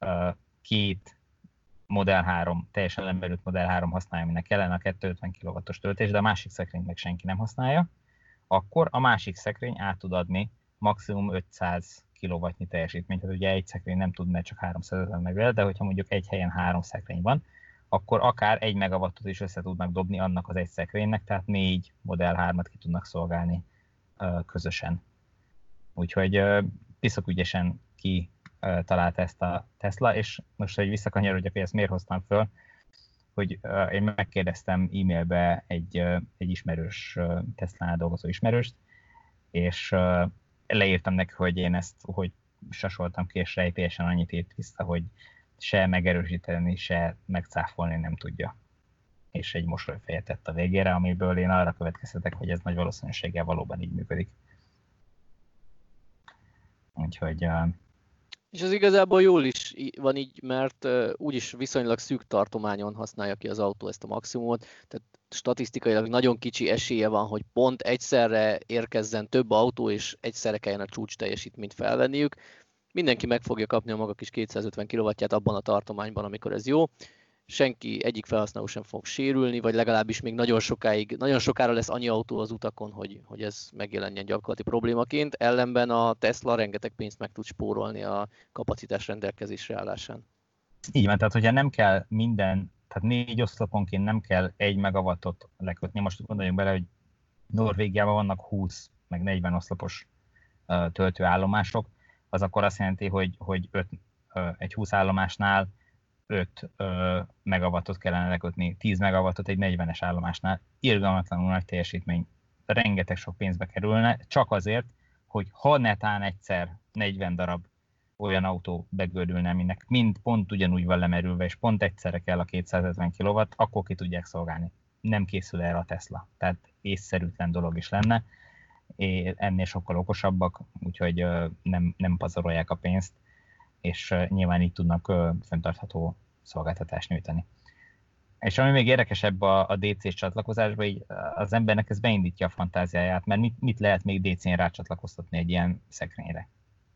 két Model három, teljesen lemberült Model három használja, aminek kellene a kétszázötven kilowattos töltés, de a másik szekrényt meg senki nem használja, akkor a másik szekrény át tud adni maximum ötszáz kilowattnyi teljesítményt, tehát ugye egy szekrény nem tud, mert csak háromszázötven meg, de hogyha mondjuk egy helyen három szekrény van, akkor akár egy megawattot is össze tudnak dobni annak az egy szekrénynek, tehát négy Model hármat ki tudnak szolgálni uh, közösen. Úgyhogy uh, piszok ügyesen ki uh, találta ezt a Tesla, és most, hogy visszakanyarodjak, hogy ezt miért hoztam föl, hogy uh, én megkérdeztem e-mailbe egy, uh, egy ismerős, uh, Tesla-nál dolgozó ismerőst, és uh, leírtam neki, hogy én ezt, hogy sasoltam ki, és rejtélyesen annyit írt vissza, hogy se megerősíteni, se megcáfolni nem tudja. És egy mosolyfejet tett a végére, amiből én arra következtetek, hogy ez nagy valószínűséggel valóban így működik. Úgyhogy... Uh... És ez igazából jól is van így, mert uh, úgyis viszonylag szűk tartományon használja ki az autó ezt a maximumot, tehát statisztikailag nagyon kicsi esélye van, hogy pont egyszerre érkezzen több autó, és egyszerre kelljen a csúcs teljesítményt felvenniük. Mindenki meg fogja kapni a maga kis kétszázötven kilowattját abban a tartományban, amikor ez jó. Senki, egyik felhasználó sem fog sérülni, vagy legalábbis még nagyon sokáig, nagyon sokára lesz annyi autó az utakon, hogy, hogy ez megjelenjen gyakorlati problémaként. Ellenben a Tesla rengeteg pénzt meg tud spórolni a kapacitás rendelkezésre állásán. Így van, tehát hogyha nem kell minden, tehát négy oszloponként nem kell egy megawattot lekötni. Most gondoljunk bele, hogy Norvégiában vannak húsz, meg negyven oszlopos uh, töltőállomások, az akkor azt jelenti, hogy, hogy öt, uh, egy húsz állomásnál öt uh, megawattot kellene lekötni, tíz megawattot egy negyvenes állomásnál. Irgalmatlanul nagy teljesítmény, rengeteg sok pénzbe kerülne, csak azért, hogy ha netán egyszer negyven darab olyan autó begördülne, aminek mind pont ugyanúgy van lemerülve, és pont egyszerre kell a kétszázötven kilowatt, akkor ki tudják szolgálni. Nem készül erre a Tesla. Tehát észszerűtlen dolog is lenne. És ennél sokkal okosabbak, úgyhogy nem, nem pazarolják a pénzt, és nyilván így tudnak fenntartható szolgáltatást nyújtani. És ami még érdekesebb a, a dé cés csatlakozásban, így az embernek ez beindítja a fantáziáját, mert mit, mit lehet még dé cén rácsatlakoztatni egy ilyen szekrényre?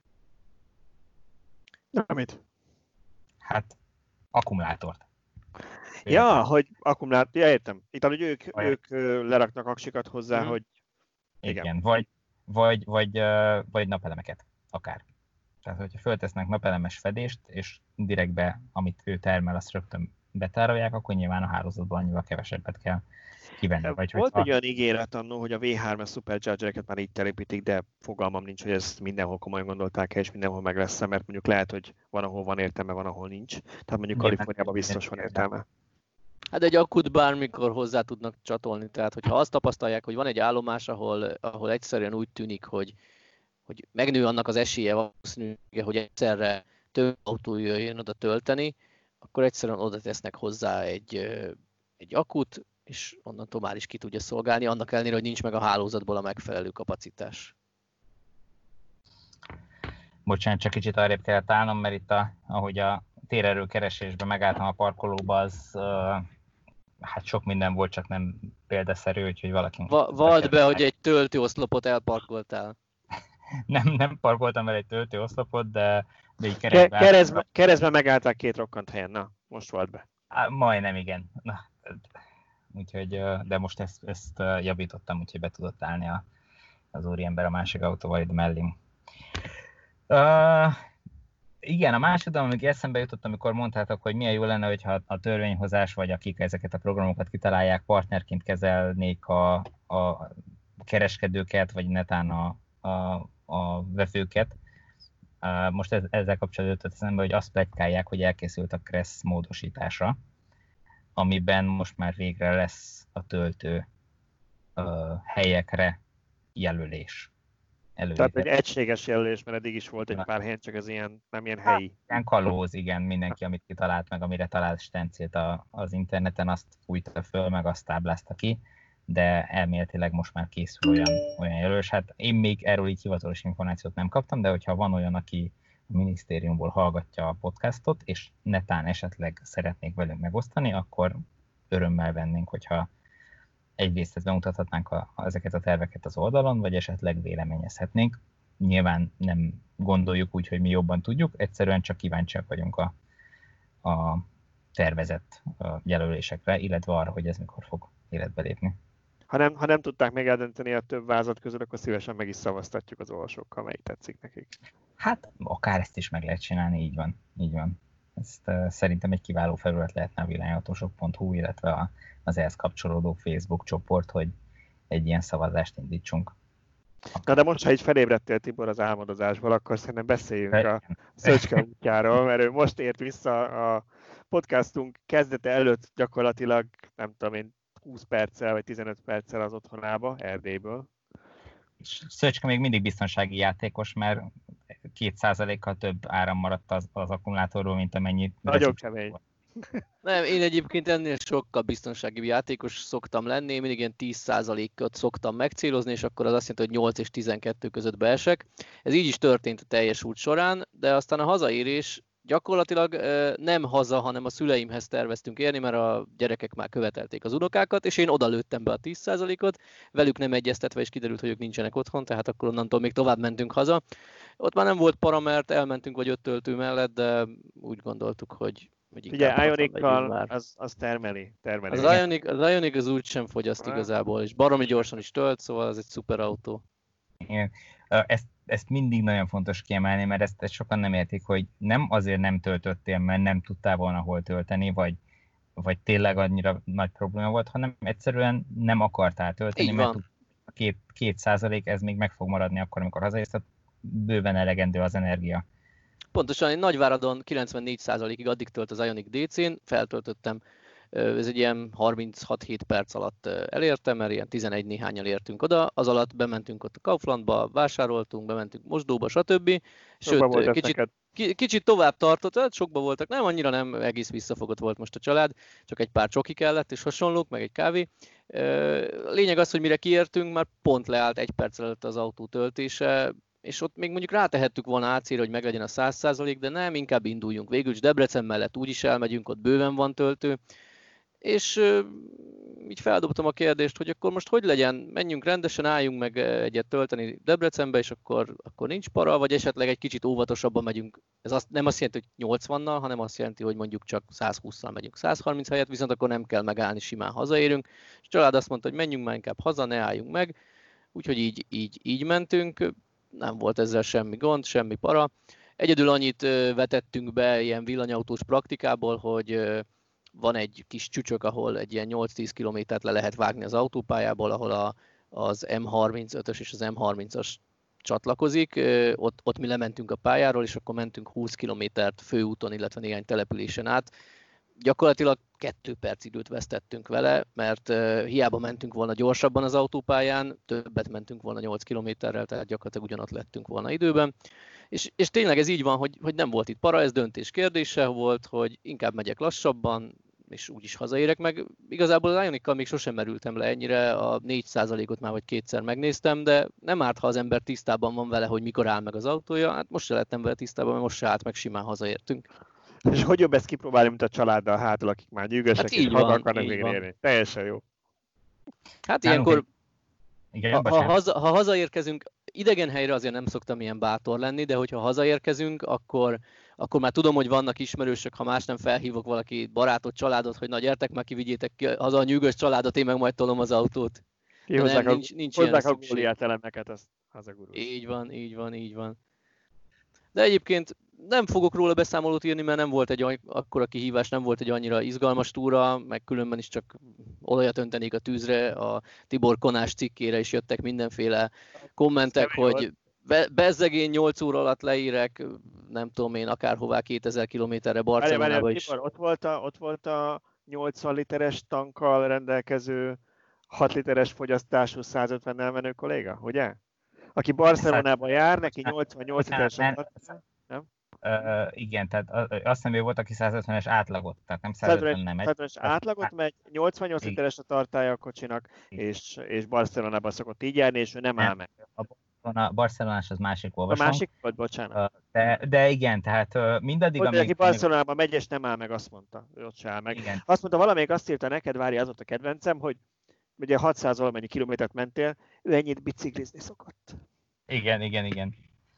Na, mit? Hát, akkumulátort. Ja, Értem. hogy akkumulátor, ja, értem. Itt, hogy ők, Olyan. ők leraknak aksikat hozzá, mm. hogy... Igen, igen. Vagy, vagy, vagy, vagy napelemeket, akár. Tehát, hogyha föltesznek napelemes fedést, és direktbe, amit ő termel, azt rögtön betárolják, akkor nyilván a hálózatban annyival kevesebbet kell kivenni. Vagy Volt hogyha... egy olyan ígéret annó, hogy a vé hármas Superchargereket már így telepítik, de fogalmam nincs, hogy ezt mindenhol komolyan gondolták el, és mindenhol meg lesz, mert mondjuk lehet, hogy van, ahol van értelme, van, ahol nincs. Tehát mondjuk Kaliforniában biztos van értelme. Hát egy akut bármikor hozzá tudnak csatolni, tehát hogyha azt tapasztalják, hogy van egy állomás, ahol, ahol egyszerűen úgy tűnik, hogy, hogy megnő annak az esélye valószínűleg, hogy egyszerre több autó jöjjön oda tölteni, akkor egyszerűen oda tesznek hozzá egy, egy akut, és onnantól már is ki tudja szolgálni, annak ellenére, hogy nincs meg a hálózatból a megfelelő kapacitás. Bocsánat, csak kicsit arrébb kellett állnom, mert itt, a, ahogy a térerő keresésben megálltam a parkolóba, az uh, hát sok minden volt, csak nem példaszerű, úgyhogy valaki... Va- Vald be, hogy egy töltőoszlopot elparkoltál. nem, nem parkoltam vele egy töltőoszlopot, de, de így keresztbe... Keresztbe, keresztbe megállták két rokkant helyen, na, most volt be. Á, majdnem, igen. Na, úgyhogy, de most ezt, ezt javítottam, úgyhogy be tudott állni a, az úriember a másik autóval itt mellém. Uh, igen, a második, amíg eszembe jutott, amikor mondtátok, hogy milyen jó lenne, hogyha a törvényhozás, vagy akik ezeket a programokat kitalálják, partnerként kezelnék a, a kereskedőket, vagy netán a, a, a vevőket. Uh, most ez, ezzel kapcsolatban jutott eszembe, hogy azt pletykálják, hogy elkészült a Kressz módosítása, amiben most már végre lesz a töltő uh, helyekre jelölés. Elővétel. Tehát egy egységes jelölés, mert eddig is volt egy pár helyen, csak ez ilyen, nem ilyen helyi. Ilyen kalóz, igen, mindenki, amit kitalált meg, amire talált stencilt a, az interneten, azt fújta föl, meg azt táblázta ki, de elméletileg most már készül olyan, olyan jelölés. Hát én még erről így hivatalos információt nem kaptam, de hogyha van olyan, aki a minisztériumból hallgatja a podcastot, és netán esetleg szeretnék velünk megosztani, akkor örömmel vennénk, hogyha egyrészt ezt bemutathatnánk a, ezeket a terveket az oldalon, vagy esetleg véleményezhetnénk. Nyilván nem gondoljuk úgy, hogy mi jobban tudjuk, egyszerűen csak kíváncsiak vagyunk a, a tervezett jelölésekre, illetve arra, hogy ez mikor fog életbe lépni. Ha nem, ha nem tudták még eldönteni a több vázat közül, akkor szívesen meg is szavaztatjuk az olvasókkal, melyik tetszik nekik. Hát akár ezt is meg lehet csinálni, így van. Így van. Ezt uh, szerintem egy kiváló felület lehetne a villanyautósok pont hu, illetve a, az ehhez kapcsolódó Facebook csoport, hogy egy ilyen szavazást indítsunk. Na de most, ha így felébredtél, Tibor, az álmodozásból, akkor szerintem beszéljünk a Szöcske útjáról, mert ő most ért vissza a podcastunk kezdete előtt gyakorlatilag, nem tudom én, húsz perccel vagy tizenöt perccel az otthonába, Erdélyből. Szöcske még mindig biztonsági játékos, mert két százalékkal több áram maradt az, az akkumulátorról, mint amennyit... Nagyon kemény. Nem, én egyébként ennél sokkal biztonsági játékos szoktam lenni, én mindig ilyen tíz százalékot szoktam megcélozni, és akkor az azt jelenti, hogy nyolc és tizenkettő között beesek. Ez így is történt a teljes út során, de aztán a hazaérés gyakorlatilag nem haza, hanem a szüleimhez terveztünk érni, mert a gyerekek már követelték az unokákat, és én oda lőttem be a tíz százalékot, velük nem egyeztetve, és kiderült, hogy ők nincsenek otthon, tehát akkor onnantól még tovább mentünk haza. Ott már nem volt para, mert elmentünk vagy öt töltő mellett, de úgy gondoltuk, hogy ugye Ionic-kal az, az termeli. termeli. Az, Ionic, az Ionic az úgy sem fogyaszt igazából, és baromi gyorsan is tölt, szóval ez egy szuper autó. Igen. Ezt, ezt mindig nagyon fontos kiemelni, mert ezt, ezt sokan nem értik, hogy nem azért nem töltöttél, mert nem tudtál volna hol tölteni, vagy, vagy tényleg annyira nagy probléma volt, hanem egyszerűen nem akartál tölteni, mert a két, két százalék ez még meg fog maradni akkor, amikor hazaérsz, tehát bőven elegendő az energia. Pontosan, én Nagyváradon kilencvennégy százalékig addig tölt az Ionic dé cén, feltöltöttem, ez egy ilyen harminchat-hét perc alatt elértem, mert ilyen tizenegy néhányal értünk oda, az alatt bementünk ott a Kauflandba, vásároltunk, bementünk mosdóba, stb. Sőt, kicsit, kicsit tovább tartott, hát sokba voltak, nem annyira nem, egész visszafogott volt most a család, csak egy pár csoki kellett és hasonlók, meg egy kávé. Lényeg az, hogy mire kiértünk, már pont leállt egy perc előtt az autó töltése, és ott még mondjuk rátehettük volna á cére, hogy meglegyen a száz százalék, de nem, inkább induljunk végül, és Debrecen mellett úgyis elmegyünk, ott bőven van töltő. és így feldobtam a kérdést, hogy akkor most hogy legyen, menjünk rendesen, álljunk meg egyet tölteni Debrecenbe, és akkor, akkor nincs para, vagy esetleg egy kicsit óvatosabban megyünk. Ez azt, nem azt jelenti, hogy nyolcvannal, hanem azt jelenti, hogy mondjuk csak százhússzal megyünk száz harminc helyett, viszont akkor nem kell megállni, simán hazaérünk. És a család azt mondta, hogy menjünk már inkább haza, ne álljunk meg. Úgyhogy így, így, így mentünk, nem volt ezzel semmi gond, semmi para. Egyedül annyit vetettünk be ilyen villanyautós praktikából, hogy van egy kis csücsök, ahol egy ilyen nyolc-tíz kilométert le lehet vágni az autópályából, ahol a, az em harmincötös és az em harmincas csatlakozik. Ott, ott mi lementünk a pályáról, és akkor mentünk húsz kilométert főúton, illetve néhány településen át. Gyakorlatilag kettő perc időt vesztettünk vele, mert hiába mentünk volna gyorsabban az autópályán, többet mentünk volna nyolc kilométerrel, tehát gyakorlatilag ugyanott lettünk volna időben. És, és tényleg ez így van, hogy, hogy nem volt itt para, ez döntés kérdése volt, hogy inkább megyek lassabban, és úgyis hazaérek meg. Igazából az Ioniq-kal még sosem merültem le ennyire, a négy százalékot már vagy kétszer megnéztem, de nem árt, ha az ember tisztában van vele, hogy mikor áll meg az autója. Hát most se lettem vele tisztában, mert most se állt meg, simán hazaértünk. És hogy jobb ezt kipróbálni, mint a családdal hátul, akik már nyűgösek, hát és haza akarnak végre érni. Teljesen jó. Hát ilyenkor, ha, ha, haza, ha hazaérkezünk, idegen helyre azért nem szoktam ilyen bátor lenni, de hogyha hazaérkezünk, akkor, akkor már tudom, hogy vannak ismerősök, ha más nem felhívok valaki barátot, családot, hogy na gyertek már, kivigyétek ki haza a nyűgös családot, én meg majd tolom az autót. Kihozzák nem, a, nincs, nincs hozzák a Góliát elemeket, az hazagurul. Így van, így van, így van. De egyébként nem fogok róla beszámolót írni, mert nem volt egy akkora kihívás, nem volt egy annyira izgalmas túra, meg különben is csak olajat öntenék a tűzre, a Tibor Konás cikkére is jöttek mindenféle kommentek, hogy be, bezzegén nyolc óra alatt leírek, nem tudom én, akárhová kétezer kilométerre Barcelonába is. Tibor, ott volt a, ott volt a nyolcvan literes tankkal rendelkező, hat literes fogyasztású százötvennel menő kolléga, ugye? Aki Barcelonában jár, neki nyolcvannyolc literes tartja, nem? Uh, igen, tehát azt hiszem, ő volt, aki százötvenes átlagot, tehát nem százötven nem megy. százötvenes átlagot megy, nyolcvannyolc literes a tartálya a kocsinak, és, és Barcelonában szokott így járni, és ő nem, nem áll meg. A Barcelonás az másik olvasom. A másik volt, bocsánat. De, de igen, tehát mindaddig, amíg... Aki Barcelonában megy, és nem áll meg, azt mondta. Ő ott se áll meg. Igen. Azt mondta, valamelyik azt írta neked, várj, az volt a kedvencem, hogy ugye hatszáz valamennyi kilométert mentél, ő ennyit biciklizni szokott. Igen, igen, igen.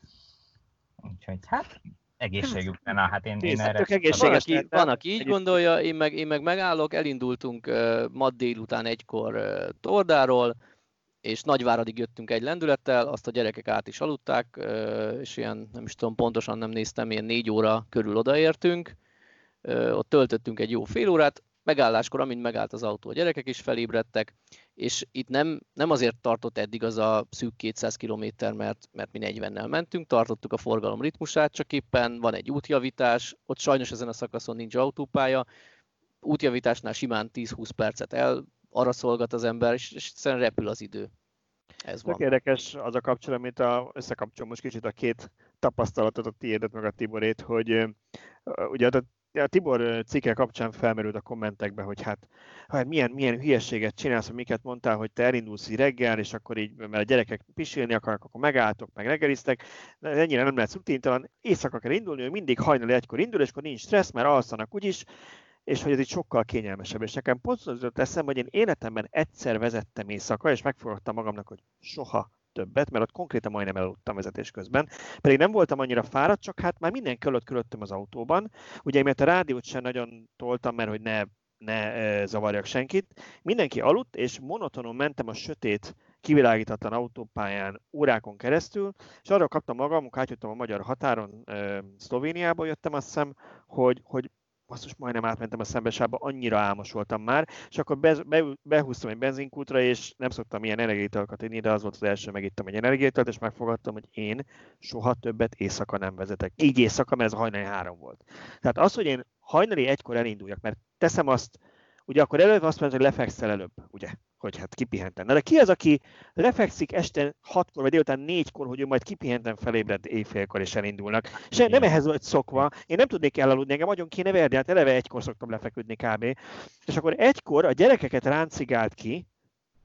Úgyhogy hát egészségükben, na, hát én, én erre... Van, aki, van, aki így gondolja, én meg, én meg megállok, elindultunk uh, ma délután egykor uh, Tordáról, és Nagyváradig jöttünk egy lendülettel, azt a gyerekek át is aludták, uh, és ilyen, nem is tudom, pontosan nem néztem, ilyen négy óra körül odaértünk, uh, ott töltöttünk egy jó fél órát, megálláskor, amint megállt az autó, a gyerekek is felébredtek, és itt nem, nem azért tartott eddig az a szűk kétszáz kilométer, mert, mert mi negyvennel mentünk, tartottuk a forgalom ritmusát, csak éppen van egy útjavítás, ott sajnos ezen a szakaszon nincs autópálya, útjavításnál simán tíz-húsz percet el, arra szolgat az ember, és, és egyszerűen repül az idő. Ez van. Érdekes az a kapcsolat, mint a, összekapcsolom most kicsit a két tapasztalatot, a tiédet meg a Tiborét, hogy uh, ugye a A Tibor cikke kapcsán felmerült a kommentekbe, hogy hát, hát milyen, milyen hülyeséget csinálsz, hogy miket mondtál, hogy te elindulsz így reggel, és akkor így, mert a gyerekek pisilni akarnak, akkor megálltok, meg reggeliztek, de ennyire nem lehet rutintalan, éjszaka kell indulni, ő mindig hajnali egykor indul, és akkor nincs stressz, mert alszanak úgyis, és hogy ez így sokkal kényelmesebb. És nekem pont az jutott eszembe, hogy én életemben egyszer vezettem éjszaka, és megfogadtam magamnak, hogy soha többet, mert ott konkrétan majdnem elaludtam vezetés közben. Pedig nem voltam annyira fáradt, csak hát már minden körülött körülöttem az autóban. Ugye, mert a rádiót sem nagyon toltam, mert hogy ne, ne e, zavarjak senkit. Mindenki aludt, és monotonon mentem a sötét, kivilágítatlan autópályán órákon keresztül, és arra kaptam magam, amikor átjöttem a magyar határon, e, Szlovéniába jöttem, azt hiszem, hogy, hogy basszus, majdnem átmentem a szembesávba, annyira álmos voltam már, és akkor be, be, behúztam egy benzinkútra, és nem szoktam ilyen energiaitalokat inni, de az volt az első, megittem egy energiaitalt, és megfogadtam, hogy én soha többet éjszaka nem vezetek. Így éjszaka, mert ez a hajnali három volt. Tehát az, hogy én hajnali egykor elinduljak, mert teszem azt, ugye akkor előbb azt mondod, hogy lefekszel előbb, ugye? Hogy hát kipihentem. Na de ki az, aki lefekszik este hatkor, vagy délután négykor, hogy ő majd kipihentem felébred éjfélkor és elindulnak. És nem ehhez vagy szokva, én nem tudnék elaludni, engem nagyon kéne verni, hát eleve egykor szoktam lefeküdni kb. És akkor egykor a gyerekeket ráncigált ki,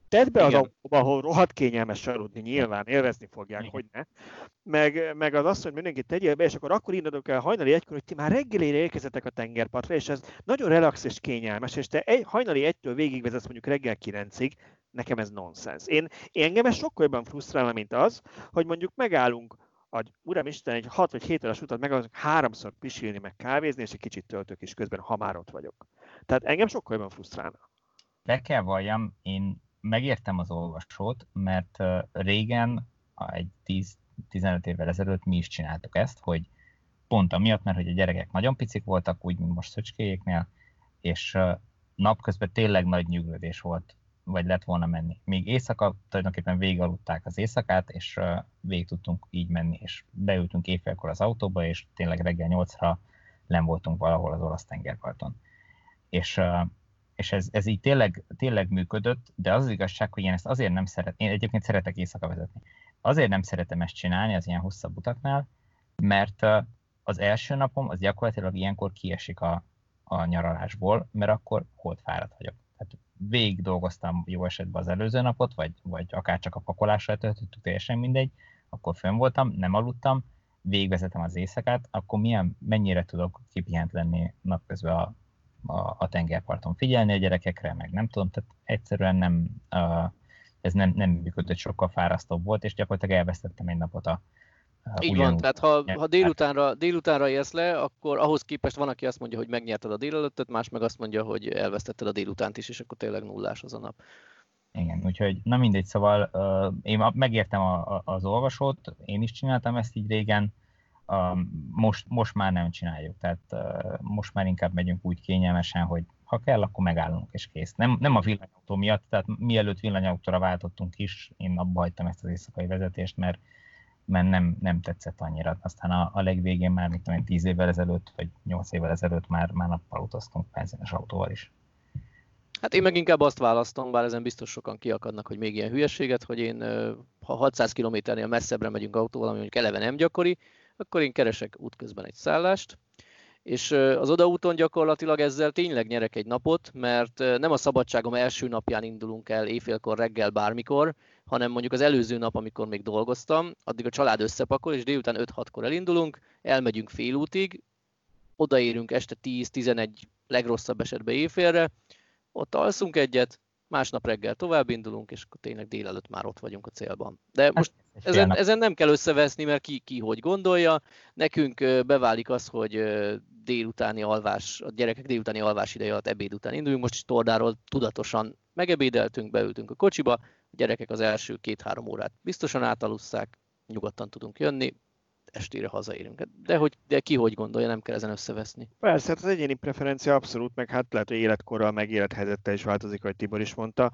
Tedd be az Igen. autóba, ahol rohadt kényelmes aludni, nyilván élvezni fogják, hogy ne. Meg, meg az azt, hogy mindenki tegyél be, és akkor akkor indulok el hajnali egykor, hogy ti már reggelére érkezetek a tengerpartra, és ez nagyon relax és kényelmes, és te egy, hajnali egytől végigvezetsz mondjuk reggel kilencig, nekem ez nonsens. Én, én engem ez sokkal jobban frusztrálna, mint az, hogy mondjuk megállunk, hogy uramisten, egy hat vagy hét órás utat megállunk háromszor pisilni, meg kávézni, és egy kicsit töltök is közben, ha már ott vagyok. Tehát engem sokkal jobban frusztrálna. Be kell valljam, én megértem az olvasót, mert régen, egy tíz-tizenöt évvel ezelőtt mi is csináltuk ezt, hogy pont amiatt, mert hogy a gyerekek nagyon picik voltak, úgy, mint most szöcskéjéknél, és napközben tényleg nagy nyűglődés volt, vagy lett volna menni. Még éjszaka tulajdonképpen végigaludták az éjszakát, és végig tudtunk így menni, és beültünk éjfélkor az autóba, és tényleg reggel nyolcra len voltunk valahol az olasz tengerparton. És és ez, ez így tényleg, tényleg működött, de az az igazság, hogy én ezt azért nem szeretem, én egyébként szeretek éjszaka vezetni, azért nem szeretem ezt csinálni az ilyen hosszabb utaknál, mert az első napom az gyakorlatilag ilyenkor kiesik a, a nyaralásból, mert akkor holdfáradt vagyok. Tehát végig dolgoztam jó esetben az előző napot, vagy, vagy akár csak a pakolásra töltöttük, teljesen mindegy, akkor fönn voltam, nem aludtam, végigvezetem az éjszakát, akkor milyen, mennyire tudok kipihent lenni napközben a A, a tengerparton figyelni a gyerekekre, meg nem tudom, tehát egyszerűen nem, uh, ez nem, nem működött, sokkal fárasztóbb volt, és gyakorlatilag elvesztettem egy napot a uh, Így van, tehát ha, ha délutánra, délutánra érsz le, akkor ahhoz képest van, aki azt mondja, hogy megnyerted a délelőttöt, más meg azt mondja, hogy elvesztetted a délutánt is, és akkor tényleg nullás az a nap. Igen, úgyhogy na mindegy, szóval uh, én megértem a, a, az olvasót, én is csináltam ezt így régen, Uh, most, most már nem csináljuk, tehát uh, most már inkább megyünk úgy kényelmesen, hogy ha kell, akkor megállunk és kész. Nem, nem a villanyautó miatt, tehát mielőtt villanyautóra váltottunk is, én abba hagytam ezt az éjszakai vezetést, mert, mert nem, nem tetszett annyira. Aztán a, a legvégén már, mit tudom én, tíz évvel ezelőtt, vagy nyolc évvel ezelőtt már, már nappal utaztunk benzines autóval is. Hát én meg inkább azt választom, bár ezen biztos sokan kiakadnak, hogy még ilyen hülyeséget, hogy én ha hatszáz kilométernél messzebbre megyünk autóval, ami mondjuk eleve nem gyakori, akkor én keresek útközben egy szállást, és az odaúton gyakorlatilag ezzel tényleg nyerek egy napot, mert nem a szabadságom első napján indulunk el éjfélkor, reggel, bármikor, hanem mondjuk az előző nap, amikor még dolgoztam, addig a család összepakol, és délután öt-hatkor elindulunk, elmegyünk félútig, odaérünk este tíz-tizenegy, legrosszabb esetben éjfélre, ott alszunk egyet, másnap reggel tovább indulunk, és akkor tényleg délelőtt már ott vagyunk a célban. De most ezen, ezen nem kell összeveszni, mert ki, ki hogy gondolja. Nekünk beválik az, hogy délutáni alvás, a gyerekek délutáni alvás ideje alatt ebéd után induljunk. Most is Tordáról tudatosan megebédeltünk, beültünk a kocsiba, a gyerekek az első két-három órát biztosan átalusszák, nyugodtan tudunk jönni, estére hazaérünk. De, hogy, de ki hogy gondolja, nem kell ezen összeveszni. Persze, hát az egyéni preferencia abszolút, meg hát lehet, hogy életkorral, meg élethelyzettel is változik, ahogy Tibor is mondta.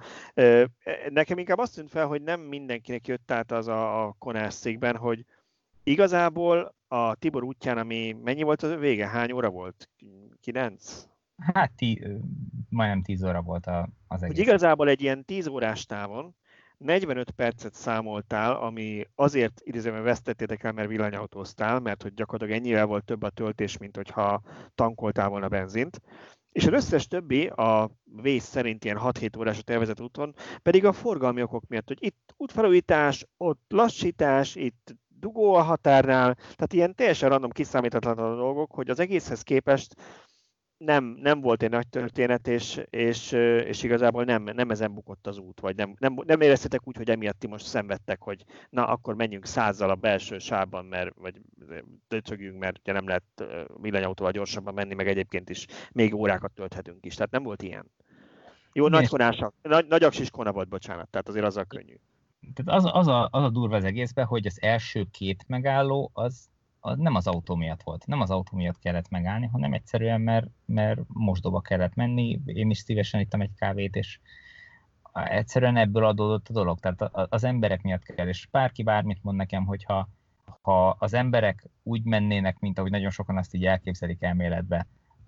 Nekem inkább azt tűnt fel, hogy nem mindenkinek jött át az a, a konászszékben, hogy igazából a Tibor útján, ami mennyi volt az vége? Hány óra volt? Kilenc? Hát tí, majdnem tíz óra volt az egész. Hogy igazából egy ilyen tíz órás távon negyvenöt percet számoltál, ami azért idézőben vesztettétek el, mert villanyautóztál, mert hogy gyakorlatilag ennyivel volt több a töltés, mint hogyha tankoltál volna benzint. És az összes többi, a vész szerint ilyen hat-hét órás a tervezett úton, pedig a forgalmi okok miatt, hogy itt útfelújítás, ott lassítás, itt dugó a határnál, tehát ilyen teljesen random kiszámíthatatlan dolgok, hogy az egészhez képest Nem, nem volt egy nagy történet, és, és, és igazából nem, nem ezen bukott az út, vagy nem, nem, nem éreztetek úgy, hogy emiatt ti most szenvedtek, hogy na, akkor menjünk százzal a belső sávban, mert, vagy döcögjünk, mert ugye nem lehet villanyautóval gyorsabban menni, meg egyébként is még órákat tölthetünk is, tehát nem volt ilyen. Jó, nagy konásak, nagy, nagy aksis kona volt, bocsánat, tehát azért azzal könnyű. Tehát az, az, a, az a durva az egészben, hogy az első két megálló az Az nem az autó miatt volt, nem az autó miatt kellett megállni, hanem egyszerűen, mert, mert mosdóba kellett menni, én is szívesen ittam egy kávét, és egyszerűen ebből adódott a dolog, tehát az emberek miatt kell, és bárki bármit mond nekem, hogyha ha az emberek úgy mennének, mint ahogy nagyon sokan azt így elképzelik elméletbe,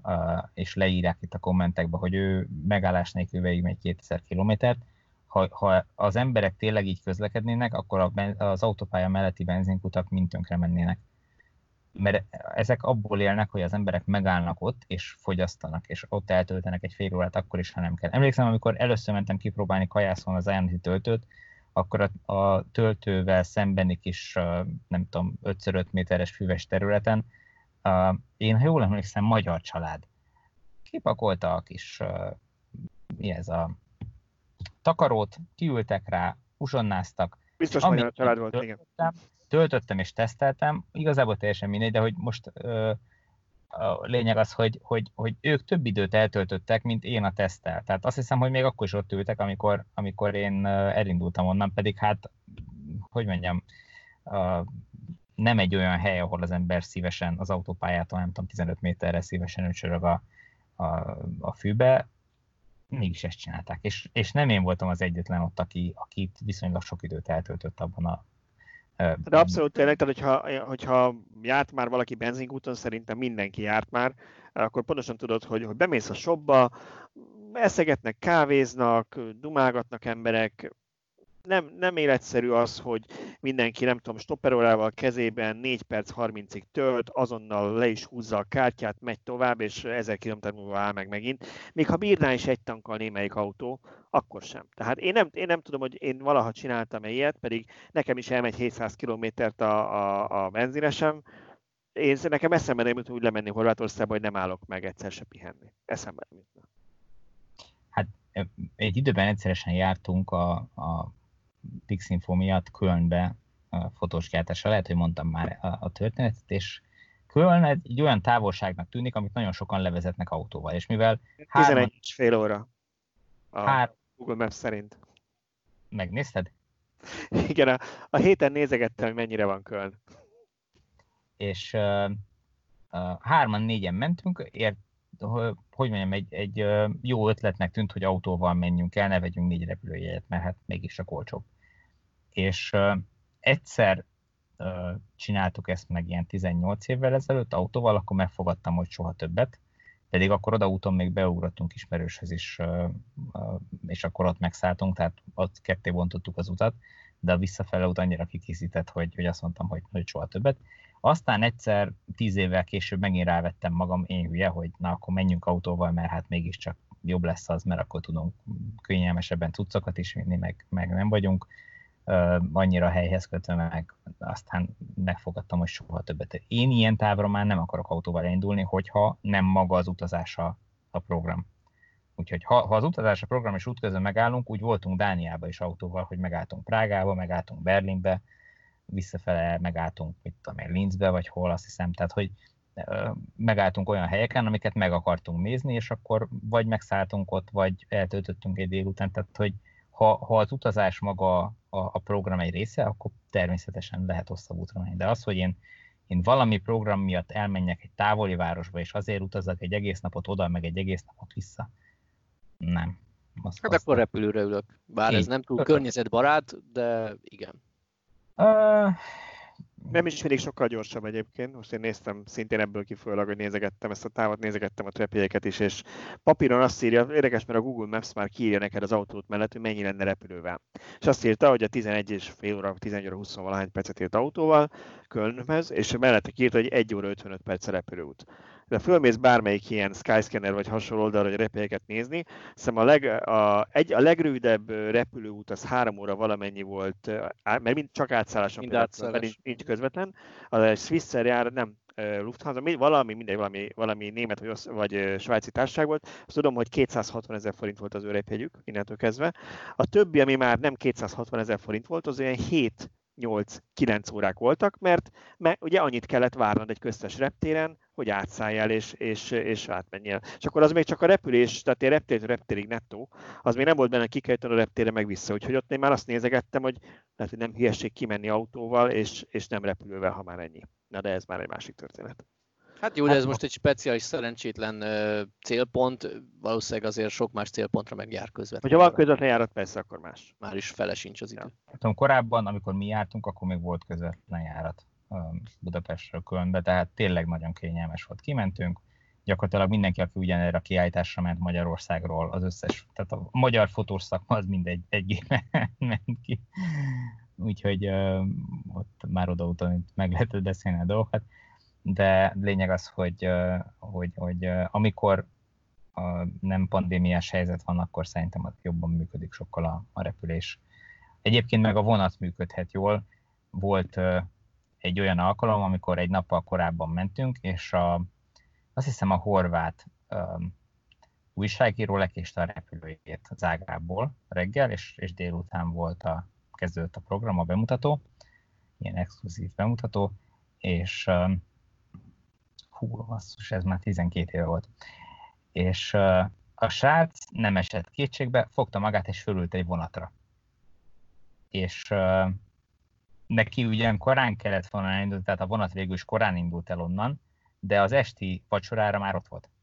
és leírják itt a kommentekbe, hogy ő megállás nélkül végigmegy kétezer kilométert, ha, ha az emberek tényleg így közlekednének, akkor az autópálya melletti benzinkutak mind tönkre mennének. mert ezek abból élnek, hogy az emberek megállnak ott, és fogyasztanak, és ott eltöltenek egy fél órát, akkor is, ha nem kell. Emlékszem, amikor először mentem kipróbálni kajászon az Ionity töltőt, akkor a, a töltővel szembeni kis, nem tudom, öt öt méteres füves területen, én, ha jól emlékszem, magyar család. Kipakolta a kis, mi ez a takarót, kiültek rá, uzsonnáztak. Biztos magyar család volt, igen. Töltöttem és teszteltem, igazából teljesen mindegy, de hogy most ö, a lényeg az, hogy, hogy, hogy ők több időt eltöltöttek, mint én a teszttel. Tehát azt hiszem, hogy még akkor is ott ültek, amikor, amikor én elindultam onnan, pedig hát, hogy mondjam, uh, nem egy olyan hely, ahol az ember szívesen az autópályától, nem tudom, tizenöt méterre szívesen ücsörög a, a, a fűbe, mégis ezt csinálták. És, és nem én voltam az egyetlen ott, aki, aki viszonylag sok időt eltöltött abban a De abszolút tényleg, tehát hogyha, hogyha járt már valaki benzinkúton, szerintem mindenki járt már, akkor pontosan tudod, hogy, hogy bemész a shopba, eszegetnek, kávéznak, dumálgatnak emberek. Nem, nem életszerű az, hogy mindenki, nem tudom, stopperórával kezében négy perc harmincig tölt, azonnal le is húzza a kártyát, megy tovább, és ezer kilométer múlva áll meg megint. Még ha bírná is egy tankkal némelyik autó, akkor sem. Tehát én nem, én nem tudom, hogy én valaha csináltam-e ilyet, pedig nekem is elmegy hétszáz kilométert a, a, a benzinesem. Én nekem eszembe nem jut úgy lemenni Horvátországba, hogy nem állok meg egyszer se pihenni. Eszembe nem jut. Hát egy időben egyszeresen jártunk a, a Pixinfo miatt Kölnbe a fotós kiállításra, lehet, hogy mondtam már a, a történetet, és Köln egy olyan távolságnak tűnik, amit nagyon sokan levezetnek autóval, és mivel tizenegy és fél óra a hár... Google Maps szerint. Megnézted? Igen, a, a héten nézegettem, hogy mennyire van Köln. És uh, uh, hárman, négyen mentünk, ért, hogy mondjam, egy, egy jó ötletnek tűnt, hogy autóval menjünk el, ne vegyünk négy repülőjegyet, mert hát mégis csak olcsóbb. És uh, egyszer uh, csináltuk ezt meg ilyen tizennyolc évvel ezelőtt autóval, akkor megfogadtam, hogy soha többet, pedig akkor odaúton még beugrottunk ismerőshöz is, uh, uh, és akkor ott megszálltunk, tehát ott ketté bontottuk az utat, de a visszafele út annyira kikészített, hogy, hogy azt mondtam, hogy, hogy soha többet. Aztán egyszer, tíz évvel később megint rávettem magam, én hülye, hogy na akkor menjünk autóval, mert hát mégiscsak jobb lesz az, mert akkor tudunk könnyelmesebben cuccokat is vinni, meg, meg nem vagyunk uh, annyira helyhez kötve, meg aztán megfogadtam, hogy soha többet. Én ilyen távra már nem akarok autóval elindulni, hogyha nem maga az utazása a program. Úgyhogy ha, ha az utazás a program és útközben megállunk, úgy voltunk Dániába is autóval, hogy megálltunk Prágába, megálltunk Berlinbe, visszafele megálltunk, mit tudom én, Linzbe, vagy hol, azt hiszem, tehát, hogy megálltunk olyan helyeken, amiket meg akartunk nézni, és akkor vagy megszálltunk ott, vagy eltöltöttünk egy délután, tehát, hogy ha, ha az utazás maga a, a program egy része, akkor természetesen lehet hosszabb útra menni. De az, hogy én, én valami program miatt elmenjek egy távoli városba, és azért utazzak egy egész napot oda, meg egy egész napot vissza, nem. Azt hát akkor repülőre ülök. Bár Én. ez nem túl környezetbarát, de igen. Uh, nem is mindig sokkal gyorsabb egyébként. Most én néztem szintén ebből kifolyólag, hogy nézegettem ezt a távot, nézegettem a repjegyeket is, és papíron azt írja, érdekes, mert a Google Maps már kiírja neked az autót mellett, hogy mennyi lenne repülővel. És azt írta, hogy a tizenegy és fél óra, tizenegy óra húsz valahány percet ért autóval Kölnhez, és mellette írta, hogy egy óra ötvenöt perc a repülőút. De fölmész bármelyik ilyen Skyscanner vagy hasonló oldalra, hogy repjegyeket nézni, szóval a, leg, a, egy, a legrövidebb repülőút az három óra valamennyi volt, mert mind csak átszálláson például, nincs, nincs közvetlen. A Swisser jár, nem Lufthansa, valami, mindegy, valami, valami német vagy, vagy svájci társaság volt. Azt tudom, hogy kétszázhatvan ezer forint volt az ő repjegyük, innentől kezdve. A többi, ami már nem kétszázhatvan ezer forint volt, az olyan hét nyolc kilenc órák voltak, mert, mert ugye annyit kellett várnod egy köztes reptéren, hogy átszálljál és, és, és átmenjél. És akkor az még csak a repülés, tehát egy reptértől reptérig nettó, az még nem volt benne, ki kell a reptérre meg vissza. Úgyhogy ott én már azt nézegettem, hogy lehet, hogy nem hülyeség kimenni autóval, és, és nem repülővel, ha már ennyi. Na de ez már egy másik történet. Hát jó, de ez most egy speciális, szerencsétlen uh, célpont, valószínűleg azért sok más célpontra meg jár közvetlenül. Hogyha van közvetlen járat, persze, akkor más. Már is fele sincs az idő. Ja. Tudom, korábban, amikor mi jártunk, akkor még volt közvetlen járat Budapestről Kölnbe, tehát tényleg nagyon kényelmes volt. Kimentünk, gyakorlatilag mindenki, aki ugyanerre a kiállításra ment Magyarországról, az összes, tehát a magyar fotós szakma az mindegy egy gépen ment ki. Úgyhogy uh, ott már oda-utána meg lehetett beszélni a dolgokat. de lényeg az, hogy, hogy, hogy amikor a nem pandémiás helyzet van, akkor szerintem az jobban működik sokkal a, a repülés. Egyébként meg a vonat működhet jól. Volt egy olyan alkalom, amikor egy nappal korábban mentünk, és a, azt hiszem a horvát um, újságíró lekéste a repülőjét Zágrábból reggel, és, és délután volt a, kezdődött a program, a bemutató, ilyen exkluzív bemutató, és um, hú, basszus, ez már tizenkét éve volt. És uh, a srác nem esett kétségbe, fogta magát és fölült egy vonatra. És uh, neki ugyan korán kellett volna elindulni, tehát a vonat végül is korán indult el onnan, de az esti vacsorára már ott volt.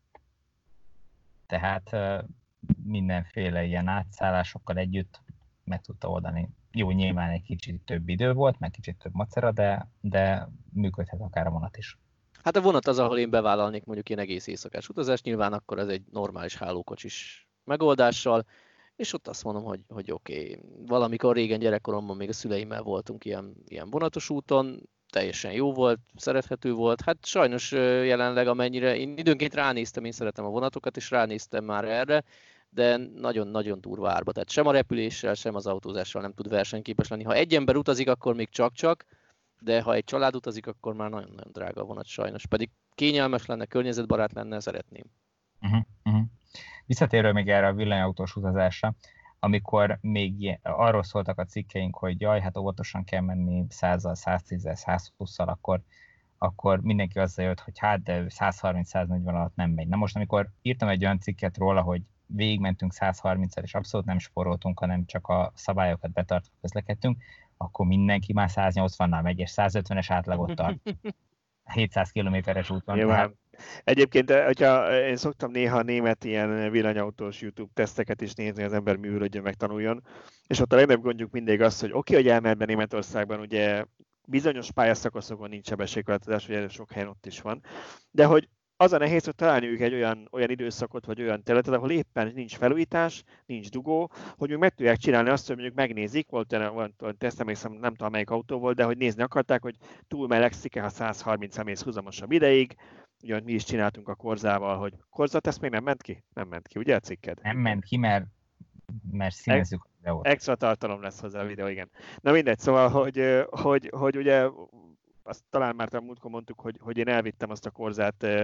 Tehát uh, mindenféle ilyen átszállásokkal együtt meg tudta oldani. Jó, nyilván egy kicsit több idő volt, meg kicsit több macera, de, de működhet akár a vonat is. Hát a vonat az, ahol én bevállalnék mondjuk ilyen egész éjszakás utazást, nyilván akkor ez egy normális hálókocsis megoldással, és ott azt mondom, hogy, hogy oké, okay. Valamikor régen gyerekkoromban még a szüleimmel voltunk ilyen, ilyen vonatos úton, teljesen jó volt, szerethető volt. Hát sajnos jelenleg amennyire, én időnként ránéztem, én szeretem a vonatokat, és ránéztem már erre, de nagyon-nagyon durva árba. Tehát sem a repüléssel, sem az autózással nem tud versenyképes lenni. Ha egy ember utazik, akkor még csak-csak, de ha egy család utazik, akkor már nagyon-nagyon drága a vonat sajnos. Pedig kényelmes lenne, környezetbarát lenne, szeretném. Uh-huh, uh-huh. Visszatérve még erre a villanyautós utazásra, amikor még arról szóltak a cikkeink, hogy jaj, hát óvatosan kell menni százzal, száztízzel, százhússzal, akkor, akkor mindenki azzal jött, hogy hát de százharminc-száznegyven alatt nem megy. Na most, amikor írtam egy olyan cikket róla, hogy végigmentünk százharminccal, és abszolút nem spóroltunk, hanem csak a szabályokat betartva közlekedtünk, akkor mindenki már száznyolcvannal megy, és százötvenes átlagot tart. hétszáz kilométeres úton. Nyilván. Egyébként, hogyha én szoktam néha német ilyen villanyautós YouTube teszteket is nézni, az ember művölődjön, meg tanuljon, és ott a legnagyobb gondjuk mindig az, hogy oké, okay, hogy elmehet be Németországban, ugye bizonyos pályaszakaszokon nincs sebességkorlátozás, ugye sok helyen ott is van, de hogy az a nehéz, hogy találniuk egy olyan, olyan időszakot, vagy olyan területet, ahol éppen nincs felújítás, nincs dugó, hogy még meg tudják csinálni azt, hogy mondjuk megnézik, volt olyan teszt, emlékszem, nem tudom melyik autó volt, de hogy nézni akarták, hogy túl melegszik-e, ha százharminc mész huzamosabb ideig. Ugye mi is csináltunk a Korzával, hogy Korza, ezt még nem ment ki? Nem ment ki, ugye a cikked? Nem ment ki, mert, mert színezzük a videót. Extra tartalom lesz hozzá a videó, igen. Na mindegy, szóval, hogy, hogy, hogy ugye azt talán már a múltkor mondtuk, hogy, hogy én elvittem azt a Korzát ö,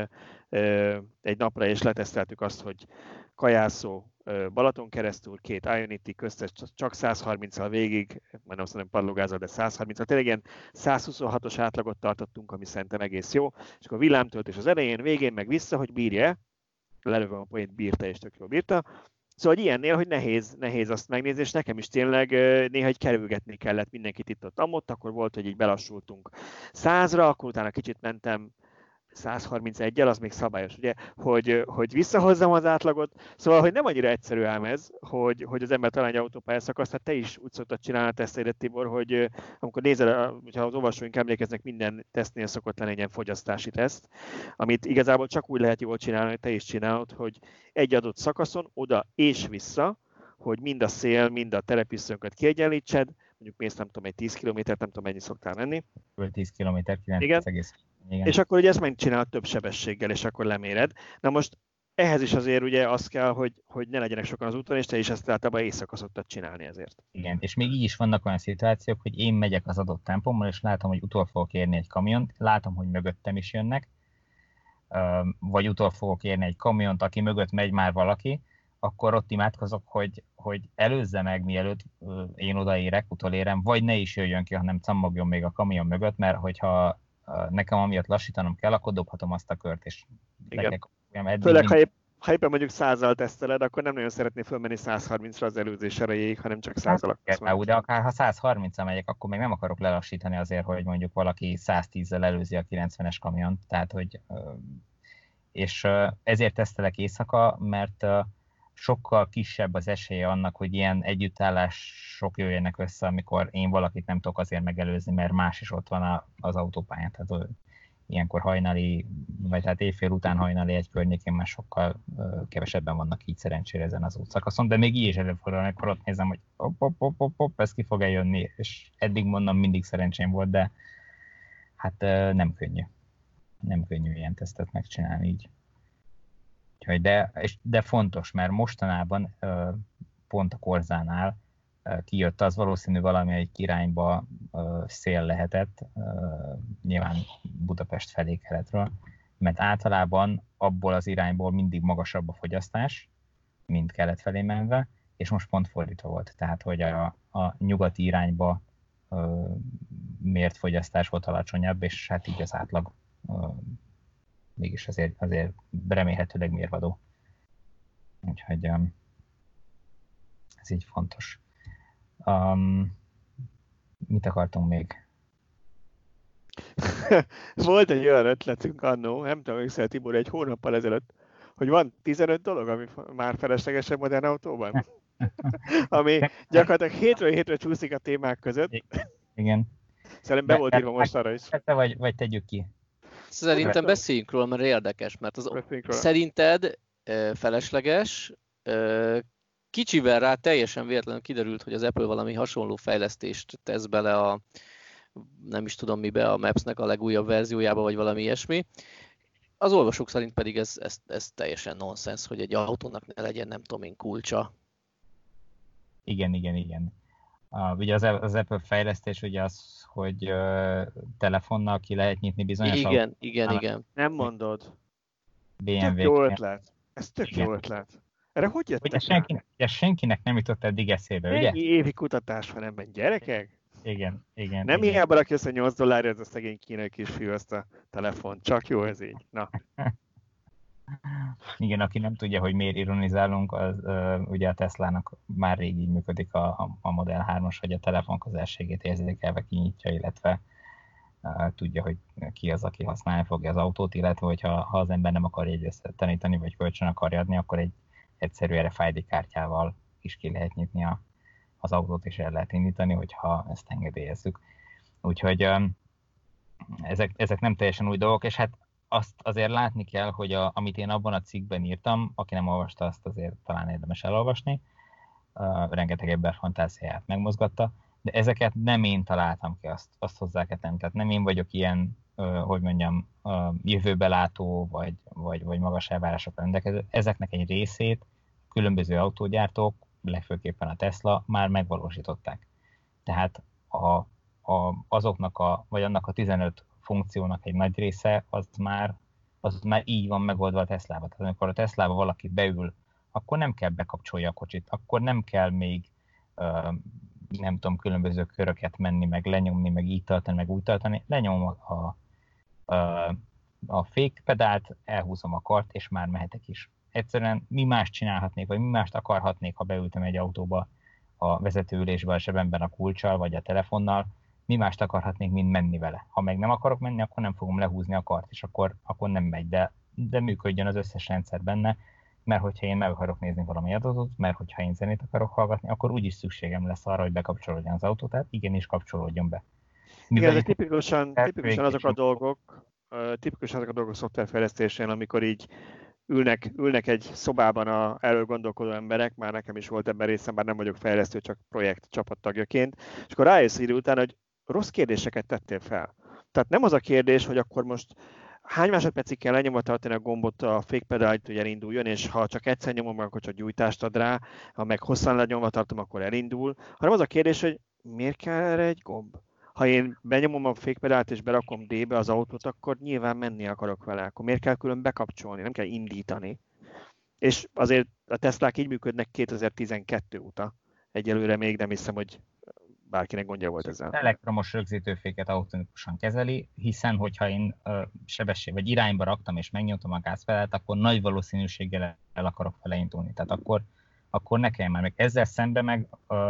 ö, egy napra, és leteszteltük azt, hogy Kajászó, ö, Balaton keresztül, két Ionity köztes csak százharminccal végig, már nem mondom padlógázzal, de százharminccal, tényleg ilyen százhuszonhatos átlagot tartottunk, ami szerintem egész jó, és akkor villámtöltés az elején, végén meg vissza, hogy bírja, lelövöm a poént, bírta és tök jól bírta. Szóval hogy ilyennél, hogy nehéz, nehéz azt megnézni, és nekem is tényleg néha egy kerülgetni kellett mindenkit itt ott amott, akkor volt, hogy így belassultunk százra, akkor utána kicsit mentem százharmincegyel, az még szabályos, ugye, hogy, hogy visszahozzam az átlagot. Szóval, hogy nem annyira egyszerű ám ez, hogy, hogy az ember találja autópályaszakaszt, hát te is úgy szoktad csinálni a teszteidet, Tibor, hogy amikor nézel, hogyha az olvasóink emlékeznek, minden tesztnél szokott lenni egy ilyen fogyasztási teszt, amit igazából csak úgy lehet jól csinálni, hogy te is csinálod, hogy egy adott szakaszon oda és vissza, hogy mind a szél, mind a terepisztőnket kiegyenlítsed, mondjuk mész, nem tudom, egy tíz kilométert, nem tudom, mennyi szoktál menni. tíz kilométer, kilenc egész. Igen. És akkor ugye ezt megcsinálod több sebességgel, és akkor leméred. Na most ehhez is azért ugye az kell, hogy, hogy ne legyenek sokan az úton, és te is ezt általában éjszaka szoktad csinálni ezért. Igen, és még így is vannak olyan szituációk, hogy én megyek az adott tempommal, és látom, hogy utol fogok érni egy kamiont, látom, hogy mögöttem is jönnek, vagy utol fogok érni egy kamiont, aki mögött megy már valaki, akkor ott imádkozok, hogy, hogy előzze meg, mielőtt én odaérek, utolérem, vagy ne is jöjjön ki, hanem cammogjon még a kamion mögött, mert hogyha nekem amiatt lassítanom kell, akkor dobhatom azt a kört, és igen. Főleg, ha, épp, ha éppen mondjuk százzal teszteled, akkor nem nagyon szeretné fölmenni százharmincra az előzés erejéig, hanem csak százzal. Hát, de akár ha százharmincra megyek, akkor még nem akarok lelassítani azért, hogy mondjuk valaki száztízzel előzi a kilencvenes kamiont, tehát hogy és ezért tesztelek éjszaka, mert sokkal kisebb az esélye annak, hogy ilyen együttállások jöjjenek össze, amikor én valakit nem tudok azért megelőzni, mert más is ott van az autópályán. Tehát ilyenkor hajnali, vagy hát éjfél után hajnali egy környékén már sokkal kevesebben vannak így szerencsére ezen az útszakaszon, de még így is előfordul, amikor ott nézem, hogy hopp, hopp, hopp, hopp, hopp, ez ki fog eljönni, és eddig mondom, mindig szerencsém volt, de hát nem könnyű. nem könnyű ilyen tesztet megcsinálni így. Úgyhogy de, és, de fontos, mert mostanában pont a Corsánál kijött az, valószínű valamelyik irányba szél lehetett, nyilván Budapest felé keletről, mert általában abból az irányból mindig magasabb a fogyasztás, mint kelet felé menve, és most pont fordítva volt. Tehát, hogy a, a nyugati irányba mért fogyasztás volt alacsonyabb, és hát így az átlag mégis azért, azért remélhetőleg mérvadó. Úgyhogy ez így fontos. Um, mit akartunk még? Volt egy olyan ötletünk annó, nem tudom, hogy Tibor, egy hónappal ezelőtt, hogy van tizenöt dolog, ami már feleslegesebb modern autóban. Ami gyakorlatilag hétről hétre csúszik a témák között. Igen. Szerintem be volt írva most arra is. Vagy, vagy tegyük ki. Szerintem beszéljünk róla, mert érdekes, mert az szerinted felesleges, kicsivel rá teljesen véletlenül kiderült, hogy az Apple valami hasonló fejlesztést tesz bele a, nem is tudom mibe, a Maps-nek a legújabb verziójába, vagy valami ilyesmi. Az olvasók szerint pedig ez, ez, ez teljesen nonsens, hogy egy autónak ne legyen, nem tudom én, kulcsa. Igen, igen, igen. Uh, ugye az, az Apple fejlesztés ugye az, hogy uh, telefonnal ki lehet nyitni bizonyos Igen, autót. igen, igen. Nem mondod. bé em vé. Tök jó ötlet. Ez tök igen. jó ötlet. Erre hogy jöttek ugye, senki, ugye senkinek nem jutott eddig eszébe, ugye? Ennyi évi kutatás van ebben, gyerekek? Igen, igen. Nem igen. hiába rakja össze nyolc dollárra ez a szegény kínai kisfiú azt a telefont. Csak jó ez így. Na. Igen, aki nem tudja, hogy miért ironizálunk, az uh, ugye a Teslának már rég így működik a, a, a Model hármas, hogy a telefon közelségét érzékelve kinyitja, illetve uh, tudja, hogy ki az, aki használni fogja az autót, illetve hogyha ha az ember nem akar jegyeztetleníteni, vagy kölcsön akarja adni, akkor egy egyszerű er ef i dé kártyával is ki lehet nyitni a, az autót, és el lehet indítani, hogyha ezt engedélyezzük. Úgyhogy um, ezek, ezek nem teljesen új dolgok, és hát azt azért látni kell, hogy a, amit én abban a cikkben írtam, aki nem olvasta, azt azért talán érdemes elolvasni, uh, rengeteg ember fantáziáját megmozgatta, de ezeket nem én találtam ki, azt, azt hozzá kell tenni. Tehát nem én vagyok ilyen, uh, hogy mondjam, uh, jövőbelátó, vagy, vagy, vagy magas elvárások rendelkező. Ezeknek egy részét különböző autógyártók, legfőképpen a Tesla már megvalósították. Tehát a, a, azoknak a, vagy annak a tizenöt funkciónak egy nagy része, az már, az már így van megoldva a Teslába. Tehát amikor a Teslába valaki beül, akkor nem kell bekapcsolja a kocsit, akkor nem kell még uh, nem tudom, különböző köröket menni, meg lenyomni, meg így tartani, meg úgy tartani. Lenyom a, a, a fékpedált, elhúzom a kart, és már mehetek is. Egyszerűen mi mást csinálhatnék, vagy mi mást akarhatnék, ha beültem egy autóba a vezetőülésbe a zsebemben a kulccsal, vagy a telefonnal, mi mást akarhatnék, mint menni vele. Ha meg nem akarok menni, akkor nem fogom lehúzni a kart, és akkor, akkor nem megy, de, de működjön az összes rendszer benne, mert hogyha én meg akarok nézni valami adatot, mert hogyha én zenét akarok hallgatni, akkor úgyis szükségem lesz arra, hogy bekapcsolódjon az autó, tehát igenis kapcsolódjon be. Mivel igen, tipikusan, tipikusan azok a dolgok, tipikusan azok a dolgok szoftverfejlesztésén, amikor így ülnek, ülnek egy szobában a erről gondolkodó emberek, már nekem is volt ebben részem, bár nem vagyok fejlesztő, csak projekt csapattagjaként, és akkor rájössz idő után, hogy rossz kérdéseket tettél fel. Tehát nem az a kérdés, hogy akkor most hány másodpercig kell lenyomva tartani a gombot a fékpedált, hogy elinduljon, és ha csak egyszer nyomom, akkor csak gyújtást ad rá, ha meg hosszan lenyomva tartom, akkor elindul, hanem az a kérdés, hogy miért kell erre egy gomb? Ha én benyomom a fékpedált és berakom D-be az autót, akkor nyilván menni akarok vele. Akkor miért kell külön bekapcsolni? Nem kell indítani. És azért a Teslák így működnek kétezer-tizenkettő óta. Egyelőre még nem hiszem, hogy bárkinek gondja volt ezzel. Elektromos rögzítőféket automatikusan kezeli, hiszen hogyha én uh, sebesség vagy irányba raktam és megnyomtam a gázpedált, akkor nagy valószínűséggel el akarok vele indulni. Tehát akkor, akkor ne kelljen már meg. Ezzel szemben meg uh,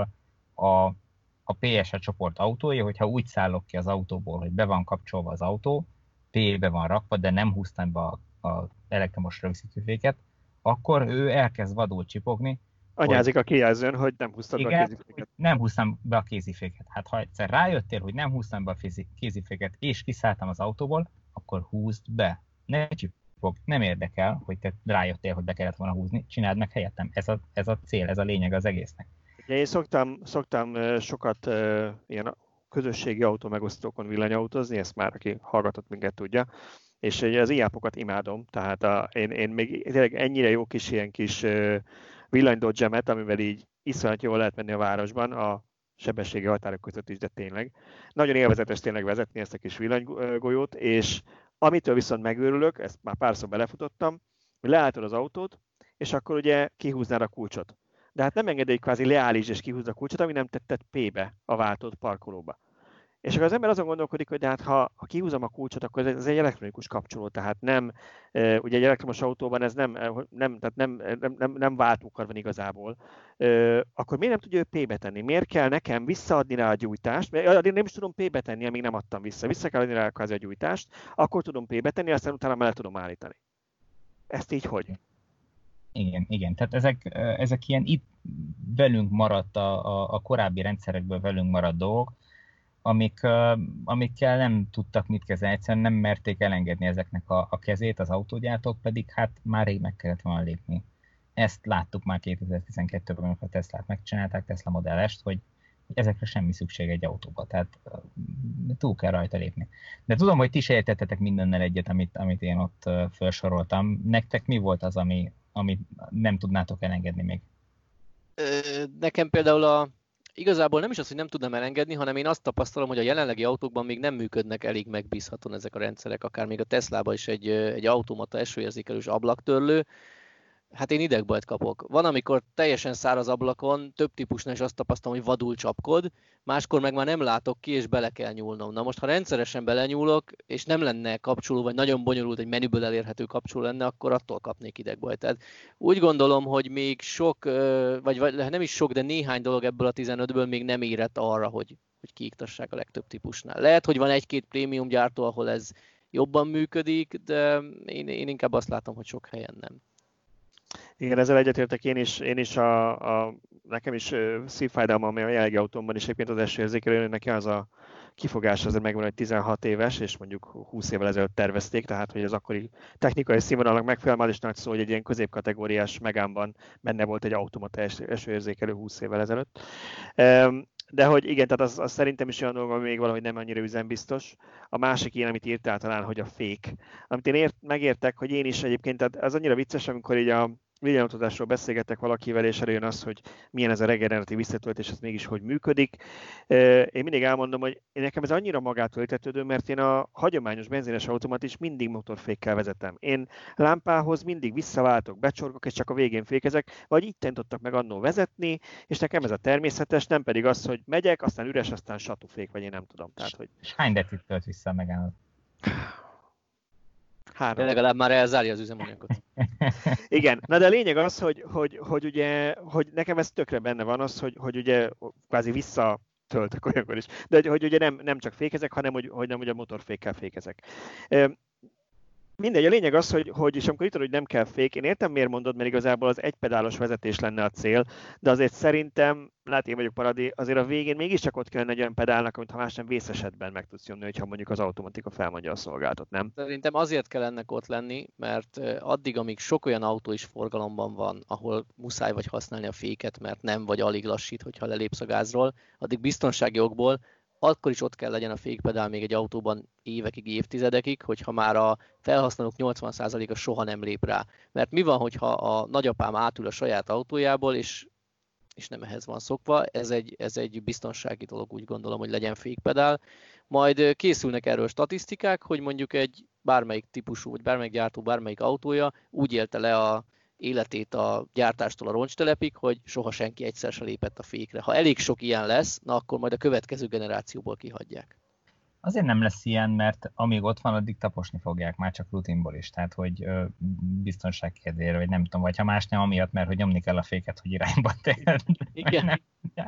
a a pé es á csoport autója, hogyha úgy szállok ki az autóból, hogy be van kapcsolva az autó, P-be van rakva, de nem húztam be az elektromos rögzítőféket, akkor ő elkezd vadul csipogni. Anyázik hogy... a kijelzőn, hogy nem húztad igen, be a kéziféket. Nem húztam be a kéziféket. Hát ha egyszer rájöttél, hogy nem húztam be a kéziféket, és kiszálltam az autóból, akkor húzd be. Ne csipog, nem érdekel, hogy te rájöttél, hogy be kellett volna húzni, csináld meg helyettem. Ez a, ez a cél, ez a lényeg az egésznek. Én szoktam, szoktam sokat uh, ilyen közösségi autó megosztókon villanyautózni, ezt már aki hallgatott minket tudja. És az i-apokat imádom, tehát a, én, én még tényleg ennyire jó kis ilyen kis uh, villanydodgemet, amivel így iszonyat jól lehet menni a városban, a sebességi határok között is, de tényleg. Nagyon élvezetes tényleg vezetni ezt a kis villanygolyót, és amitől viszont megőrülök, ezt már párszor belefutottam, hogy leálltad az autót, és akkor ugye kihúznád a kulcsot. De hát nem engedély kvázi leállíts és kihúzd a kulcsot, ami nem tetted P-be a váltót parkolóba. És akkor az ember azon gondolkodik, hogy hát ha, ha kihúzom a kulcsot, akkor ez egy elektronikus kapcsoló, tehát nem, ugye egy elektromos autóban ez nem, nem, tehát nem, nem, nem, nem váltókar van igazából. Akkor miért nem tudja ő P-be tenni? Miért kell nekem visszaadni rá a gyújtást? Mert nem is tudom P-be tenni, amíg nem adtam vissza. Vissza kell adni rá a gyújtást, akkor tudom P-be tenni, aztán utána mellett tudom állítani. Ezt így hogy? Igen, igen. Tehát ezek, ezek ilyen itt velünk maradt, a, a, a korábbi rendszerekből velünk maradt dolgok, amik, amikkel nem tudtak mit kezdeni, egyszerűen nem merték elengedni ezeknek a, a kezét, az autógyártók pedig hát már rég meg kellett volna lépni. Ezt láttuk már kétezer-tizenkettőben, amikor a Teslát megcsinálták, Tesla Model S-t, hogy ezekre semmi szükség egy autóba, tehát túl kell rajta lépni. De tudom, hogy ti se értettetek mindennel egyet, amit, amit én ott felsoroltam. Nektek mi volt az, ami, amit nem tudnátok elengedni még? Nekem például a Igazából nem is az, hogy nem tudnám elengedni, hanem én azt tapasztalom, hogy a jelenlegi autókban még nem működnek elég megbízhatóan ezek a rendszerek, akár még a Teslában is egy, egy automata esőérzékelős ablaktörlő. Hát én idegbajt kapok. Van, amikor teljesen száraz ablakon, több típusnál is azt tapasztalom, hogy vadul csapkod, máskor meg már nem látok ki, és bele kell nyúlnom. Na most, ha rendszeresen belenyúlok, és nem lenne kapcsoló, vagy nagyon bonyolult, egy menüből elérhető kapcsoló lenne, akkor attól kapnék idegbajt. Tehát úgy gondolom, hogy még sok, vagy, vagy nem is sok, de néhány dolog ebből a tizenötből még nem érett arra, hogy, hogy kiiktassák a legtöbb típusnál. Lehet, hogy van egy-két prémium gyártó, ahol ez jobban működik, de én, én inkább azt látom, hogy sok helyen nem. Igen, ezzel egyetértek én is, én is a, a, nekem is szívfájdalmam, ami a jelenlegi autómban is egyébként az esőérzékelőnek neki az a kifogás azért megvan, hogy tizenhat éves, és mondjuk húsz évvel ezelőtt tervezték, tehát hogy az akkori technikai színvonalnak megfelelően is nagy szó, hogy egy ilyen középkategóriás Megánban benne volt egy automata esőérzékelő húsz évvel ezelőtt. De hogy igen, tehát az, az szerintem is olyan dolog, ami még valahogy nem annyira üzembiztos. A másik ilyen, amit írtál talán, hogy a fék. Amit én ért, megértek, hogy én is egyébként, tehát az annyira vicces, amikor így a villanyautózásról beszélgetek valakivel, és előjön az, hogy milyen ez a regeneratív visszatöltés, ez mégis hogy működik. Én mindig elmondom, hogy nekem ez annyira magától értetődő, mert én a hagyományos benzines automat is mindig motorfékkel vezetem. Én lámpához mindig visszaváltok, becsorgok, és csak a végén fékezek, vagy így tanítottak meg annól vezetni, és nekem ez a természetes, nem pedig az, hogy megyek, aztán üres, aztán satúfék, vagy én nem tudom. Tehát, hogy... És hány decit tölt vissza megállod? Három. De legalább már elzárja az üzemanyagot. Igen, na de a lényeg az, hogy, hogy, hogy, ugye, hogy nekem ez tökre benne van az, hogy, hogy ugye kvázi visszatöltök olyankor is. De hogy, hogy ugye nem, nem csak fékezek, hanem hogy, hogy nem ugye a motorfékkel fékezek. Mindegy, a lényeg az, hogy, hogy és amikor itt hogy nem kell fék, én értem miért mondod, mert igazából az egypedálos vezetés lenne a cél, de azért szerintem, lát én vagyok paradi, azért a végén mégiscsak ott kellene egy olyan pedálnak, amit ha más nem vész esetben meg tudsz nyomni, hogyha mondjuk az automatika felmondja a szolgáltat, nem? Szerintem azért kell ennek ott lenni, mert addig, amíg sok olyan autó is forgalomban van, ahol muszáj vagy használni a féket, mert nem vagy alig lassít, hogyha lelépsz a gázról, addig biztonsági okból akkor is ott kell legyen a fékpedál még egy autóban évekig, évtizedekig, hogyha már a felhasználók nyolcvan százaléka soha nem lép rá. Mert mi van, hogyha a nagyapám átül a saját autójából, és, és nem ehhez van szokva, ez egy, ez egy biztonsági dolog, úgy gondolom, hogy legyen fékpedál. Majd készülnek erről statisztikák, hogy mondjuk egy bármelyik típusú, vagy bármelyik gyártó, bármelyik autója úgy élte le a életét a gyártástól a roncstelepig, hogy soha senki egyszer se lépett a fékre. Ha elég sok ilyen lesz, na akkor majd a következő generációból kihagyják. Azért nem lesz ilyen, mert amíg ott van, addig taposni fogják, már csak rutinból is. Tehát, hogy ö, biztonság kedvére, vagy nem tudom, vagy ha más nem amiatt, mert hogy nyomni kell a féket, hogy irányba tér. Igen.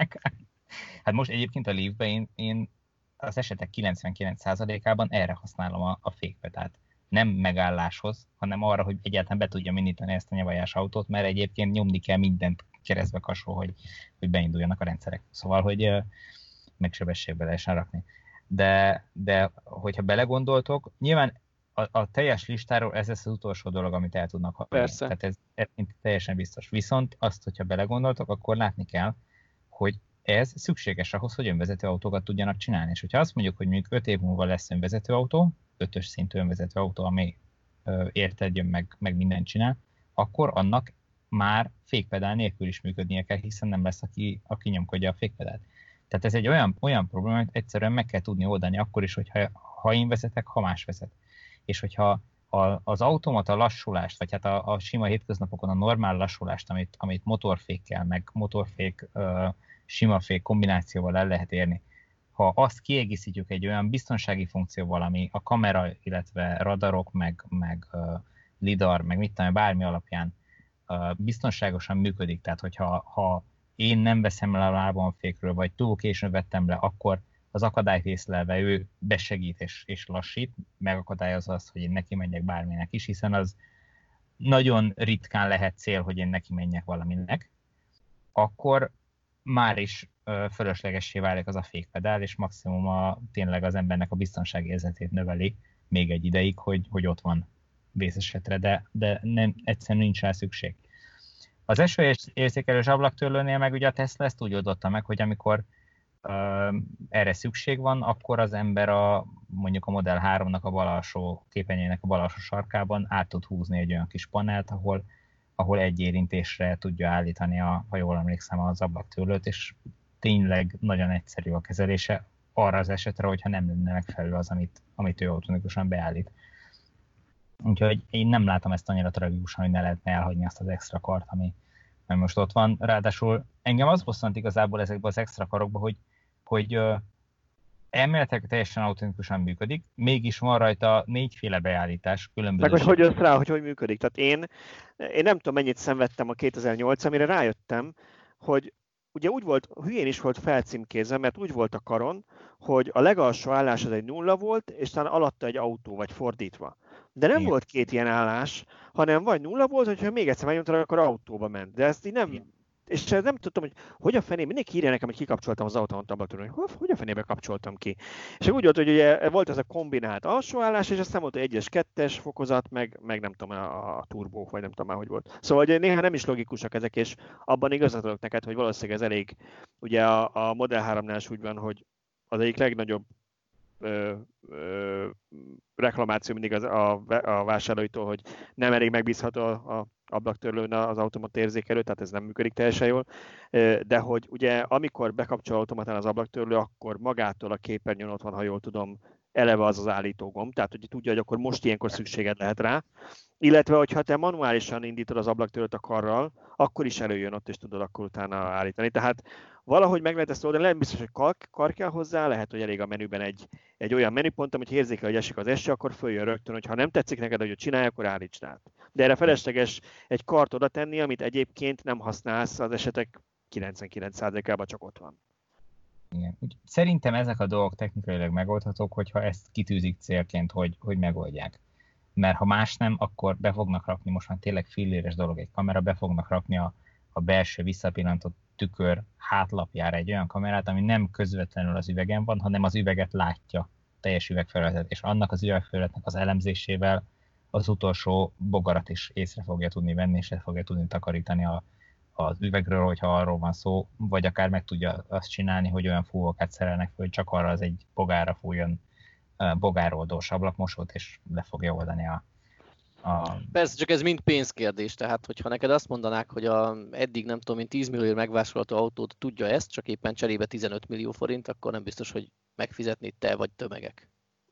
Hát most egyébként a Leafbe én, én az esetek kilencvenkilenc százalékában erre használom a, a fékpedált. Nem megálláshoz, hanem arra, hogy egyáltalán be tudja indítani ezt a nyavajás autót, mert egyébként nyomni kell mindent keresztbe kasó, hogy, hogy beinduljanak a rendszerek. Szóval, hogy uh, megsebességbe lehessen rakni. De, de hogyha belegondoltok, nyilván a, a teljes listáról ez lesz az utolsó dolog, amit el tudnak hagyni. Persze. Tehát ez, ez teljesen biztos. Viszont azt, hogyha belegondoltok, akkor látni kell, hogy ez szükséges ahhoz, hogy önvezető autókat tudjanak csinálni. És hogyha azt mondjuk, hogy mondjuk öt év múlva lesz önvezető autó, ötös szintű önvezető autó, ami érted jön, meg, meg mindent csinál, akkor annak már fékpedál nélkül is működnie kell, hiszen nem lesz, aki, aki nyomkodja a fékpedált. Tehát ez egy olyan, olyan probléma, hogy egyszerűen meg kell tudni oldani akkor is, hogyha ha én vezetek, ha más vezet. És hogyha a, az automata lassulást, vagy hát a, a sima hétköznapokon a normál lassulást, amit, amit motorfékkel, meg motorfék, uh, sima fék kombinációval el lehet érni, ha azt kiegészítjük egy olyan biztonsági funkcióval, ami a kamera, illetve radarok, meg, meg uh, lidar, meg mit tudom, bármi alapján uh, biztonságosan működik, tehát hogyha ha én nem veszem le a lábam fékről, vagy túl későn vettem le, akkor az akadályt észlelve ő besegít és, és lassít, megakadályozza azt, hogy én neki menjek bárminek is, hiszen az nagyon ritkán lehet cél, hogy én neki menjek valaminek, akkor már is fölöslegessé válik az a fékpedál, és maximum a, tényleg az embernek a biztonságérzetét növeli még egy ideig, hogy, hogy ott van vészesetre, de, de nem, egyszerűen nincs rá szükség. Az esőérzékelős ablaktörlőnél meg ugye a Tesla ezt úgy oldotta meg, hogy amikor uh, erre szükség van, akkor az ember a, mondjuk a Model háromnak a bal alsó képernyőjének a bal alsó sarkában át tud húzni egy olyan kis panelt, ahol, ahol egy érintésre tudja állítani, a, ha jól emlékszem, az ablaktörlőt, és tényleg nagyon egyszerű a kezelése arra az esetre, hogyha nem lenne megfelelő az, amit, amit ő automatikusan beállít. Úgyhogy én nem látom ezt annyira tragikusan, hogy ne lehetne elhagyni azt az extra kart, ami, ami most ott van. Ráadásul engem az bosszant igazából ezekben az extra karokban, hogy, hogy uh, elméletileg teljesen automatikusan működik, mégis van rajta négyféle beállítás, különböző... Meg hogy hogy jössz rá, hogy hogy működik. Tehát én, én nem tudom, mennyit szenvedtem a kétezer-nyolc, amire rájöttem, hogy ugye úgy volt, hülyén is volt felcímkézve, mert úgy volt a karon, hogy a legalsó állás az egy nulla volt, és talán alatta egy autó, vagy fordítva. De nem Igen. volt két ilyen állás, hanem vagy nulla volt, hogyha még egyszer megnyomtad, akkor autóba ment. De ezt így nem... Igen. És nem tudtam, hogy hogy a fené, mindenki írja nekem, hogy kikapcsoltam az autómat ablaktörlőn, hogy hogy a fenébe kapcsoltam ki. És úgy volt, hogy ugye volt ez a kombinált alsóállás, és aztán volt egy egyes, kettes fokozat, meg, meg nem tudom, a, a turbók, vagy nem tudom már, hogy volt. Szóval hogy néha nem is logikusak ezek, és abban igazat adok neked, hogy valószínűleg ez elég, ugye a, a Model háromnál is úgy van, hogy az egyik legnagyobb Ö, ö, reklamáció mindig az, a, a vásárlóitól, hogy nem elég megbízható a, a ablaktörlőn az automata érzékelő, tehát ez nem működik teljesen jól, de hogy ugye amikor bekapcsol automatán az ablaktörlő, akkor magától a képernyőn ott van, ha jól tudom, eleve az az állítógomb, tehát hogy tudja, hogy akkor most ilyenkor szükséged lehet rá, illetve hogyha te manuálisan indítod az ablaktörlőt a karral, akkor is előjön ott, és tudod akkor utána állítani. Tehát valahogy meg lehet ezt oldani, lehet biztos, hogy kar, kar kell hozzá, lehet, hogy elég a menüben egy, egy olyan menüpont, amit érzékel, hogy esik az eső, akkor följön rögtön, hogy ha nem tetszik neked, hogy csinálj, akkor állítsd át. De erre felesleges egy kart oda tenni, amit egyébként nem használsz, az esetek kilencvenkilenc százalékában csak ott van. Igen. Szerintem ezek a dolgok technikailag megoldhatók, hogyha ezt kitűzik célként, hogy, hogy megoldják. Mert ha más nem, akkor be fognak rakni, most már tényleg filléres dolog egy kamera, be fognak rakni a, a belső visszapillantott tükör hátlapjára egy olyan kamerát, ami nem közvetlenül az üvegen van, hanem az üveget látja, teljes üvegfelületet, és annak az üvegfelületnek az elemzésével az utolsó bogarat is észre fogja tudni venni, és el fogja tudni takarítani a, az üvegről, hogyha arról van szó, vagy akár meg tudja azt csinálni, hogy olyan fúvókát szerelnek fel, hogy csak arra az egy bogárra fújjon bogároldós ablakmosót, és le fogja oldani a, a... Persze, csak ez mind pénzkérdés, tehát hogyha neked azt mondanák, hogy a eddig nem tudom én tíz millióért megvásárolható autót tudja ezt, csak éppen cserébe tizenöt millió forint, akkor nem biztos, hogy megfizetnéd te vagy tömegek.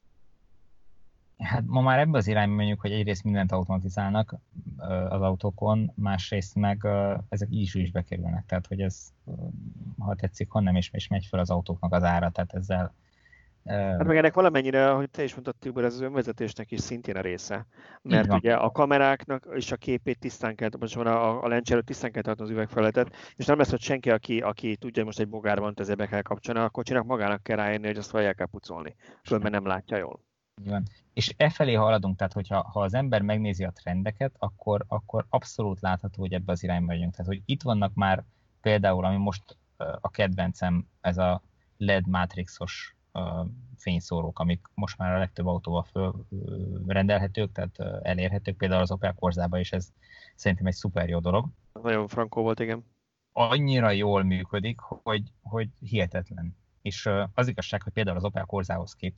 Hát ma már ebben az irányban mondjuk, hogy egyrészt mindent automatizálnak az autókon, másrészt meg ezek így is bekerülnek, tehát hogy ez, ha tetszik, honnan is, is megy fel az autóknak az ára, tehát ezzel... Hát meg ennek valamennyire, ahogy te is mondtad, Tibor, ez az önvezetésnek is szintén a része. Mert ugye a kameráknak és a képét tisztán kell, most a, a lencse előtt tisztán kell tartani az üvegfelületet, és nem lesz, hogy senki, aki, aki tudja, hogy most egy bogár van, ezért be kell kapcsolni, a kocsinak magának kell rájönni, hogy azt fel kell pucolni. Különben nem látja jól. Igen. És e felé haladunk, tehát hogyha ha az ember megnézi a trendeket, akkor, akkor abszolút látható, hogy ebbe az irányba vagyunk. Tehát, hogy itt vannak már például, ami most a kedvencem, ez a el é dé mátrixos fényszórók, amik most már a legtöbb autóval fölrendelhetők, tehát elérhetők, például az Opel Corzában is ez szerintem egy szuper jó dolog. Nagyon frankó volt, igen. Annyira jól működik, hogy, hogy hihetetlen. És az igazság, hogy például az Opel Corzához képest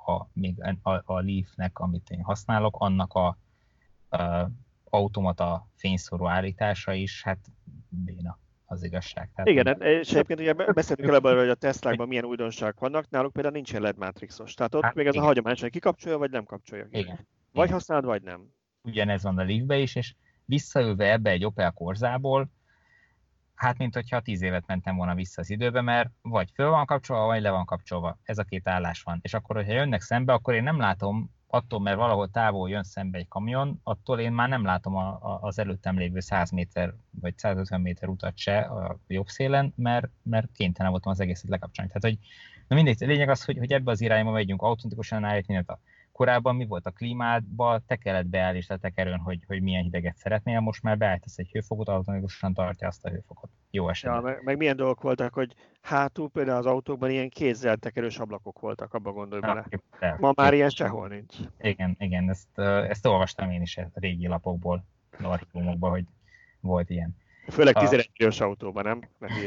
a, még a, a Leafnek, amit én használok, annak a, a automata fényszóró állítása is, hát béna az igazság. Tehát igen, ugye, és egyébként ugye beszéltünk el ebből, hogy a Teslákban milyen újdonságok vannak, náluk például nincsen el é dé matrixos. Tehát ott hát még ez igen. a hagyományos, hogy kikapcsolja, vagy nem kapcsolja. Igen. Vagy Igen. használod, vagy nem. Ugyanez van a Leafbe is, és visszaülve ebbe egy Opel Corsából, hát mint hogyha tíz évet mentem volna vissza az időbe, mert vagy föl van kapcsolva, vagy le van kapcsolva. Ez a két állás van. És akkor, hogyha jönnek szembe, akkor én nem látom, attól, mert valahol távol jön szembe egy kamion, attól én már nem látom a, a, az előttem lévő száz méter vagy százötven méter utat se a jobb szélen, mert, mert kénytelen voltam az egészet lekapcsolni. Tehát, hogy na mindegy, a lényeg az, hogy, hogy ebbe az irányba megyünk, automatikusan állítani, mindent. Korábban mi volt a klímádban, te kellett beállítani a tekerőn, hogy, hogy milyen hideget szeretnél, most már beállítasz egy hőfokot, automatikusan tartja azt a hőfokot. Jó esetben. Ja, meg, meg milyen dolgok voltak, hogy hátul például az autókban ilyen kézzel tekerős ablakok voltak, abba gondolj bele. Ja, Ma már ilyen sehol nincs. Igen, igen, ezt, ezt olvastam én is a régi lapokból, archívumokból, hogy volt ilyen. Főleg tizenegy milliós autóban, nem?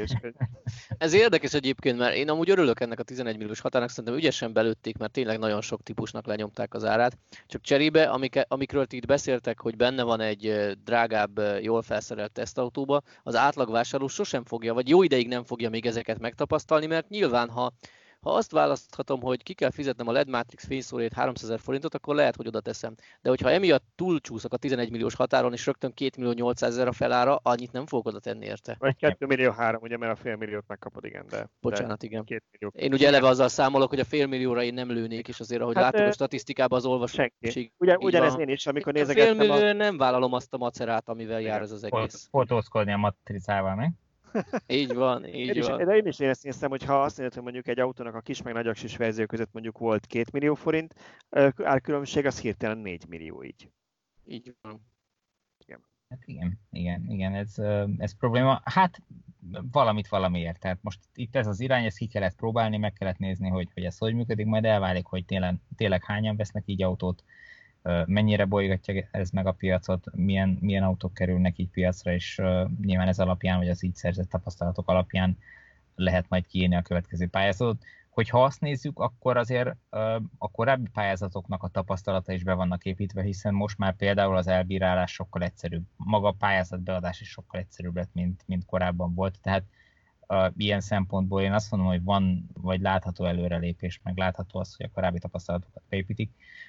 Ez érdekes egyébként, mert én amúgy örülök ennek a tizenegy milliós határnak, szerintem ügyesen belőtték, mert tényleg nagyon sok típusnak lenyomták az árát. Csak cserébe, amik, amikről ti itt beszéltek, hogy benne van egy drágább, jól felszerelt tesztautóba, az átlagvásárló sosem fogja, vagy jó ideig nem fogja még ezeket megtapasztalni, mert nyilván, ha Ha azt választhatom, hogy ki kell fizetnem a el é dé Matrix fényszóróért háromszázezer forintot, akkor lehet, hogy oda teszem. De hogyha emiatt túlcsúszok a tizenegy milliós határon, és rögtön két millió nyolcszázezer a felára, annyit nem fogok oda tenni érte. Vagy két millió három, ugye, mert a fél milliót megkapod, igen, de... Bocsánat, igen. Két millió. Én ugye eleve azzal számolok, hogy a fél millióra én nem lőnék, és azért, ahogy hát, látok a statisztikában az olvasóség. Ugye, ugyanez én is, amikor nézegettem... Fél millió a... nem vállalom azt a macerát, amivel igen. jár ez az egész. Fotózkodni a matricával, mi? Így van, így én van. Is, de én is én ezt néztem, hogy ha azt mondod, hogy mondjuk egy autónak a kis meg nagy aksis verzió között mondjuk volt két millió forint, árkülönbség az hirtelen négy millió így. Így van. Igen. Hát igen, igen, igen, ez, ez probléma. Hát valamit valamiért. Tehát most itt ez az irány, ezt ki kellett próbálni, meg kellett nézni, hogy, hogy ez hogy működik, majd elválik, hogy tényleg, tényleg hányan vesznek így autót, mennyire bolygatja ez meg a piacot, milyen, milyen autók kerülnek így piacra, és uh, nyilván ez alapján, vagy az így szerzett tapasztalatok alapján lehet majd kiírni a következő pályázatot. Hogyha azt nézzük, akkor azért uh, a korábbi pályázatoknak a tapasztalata is be vannak építve, hiszen most már például az elbírálás sokkal egyszerűbb. Maga a pályázatbeadás is sokkal egyszerűbb lett, mint, mint korábban volt. Tehát uh, ilyen szempontból én azt mondom, hogy van, vagy látható előrelépés, meg látható az, hogy a korábbi tapasztalatokat beépítik.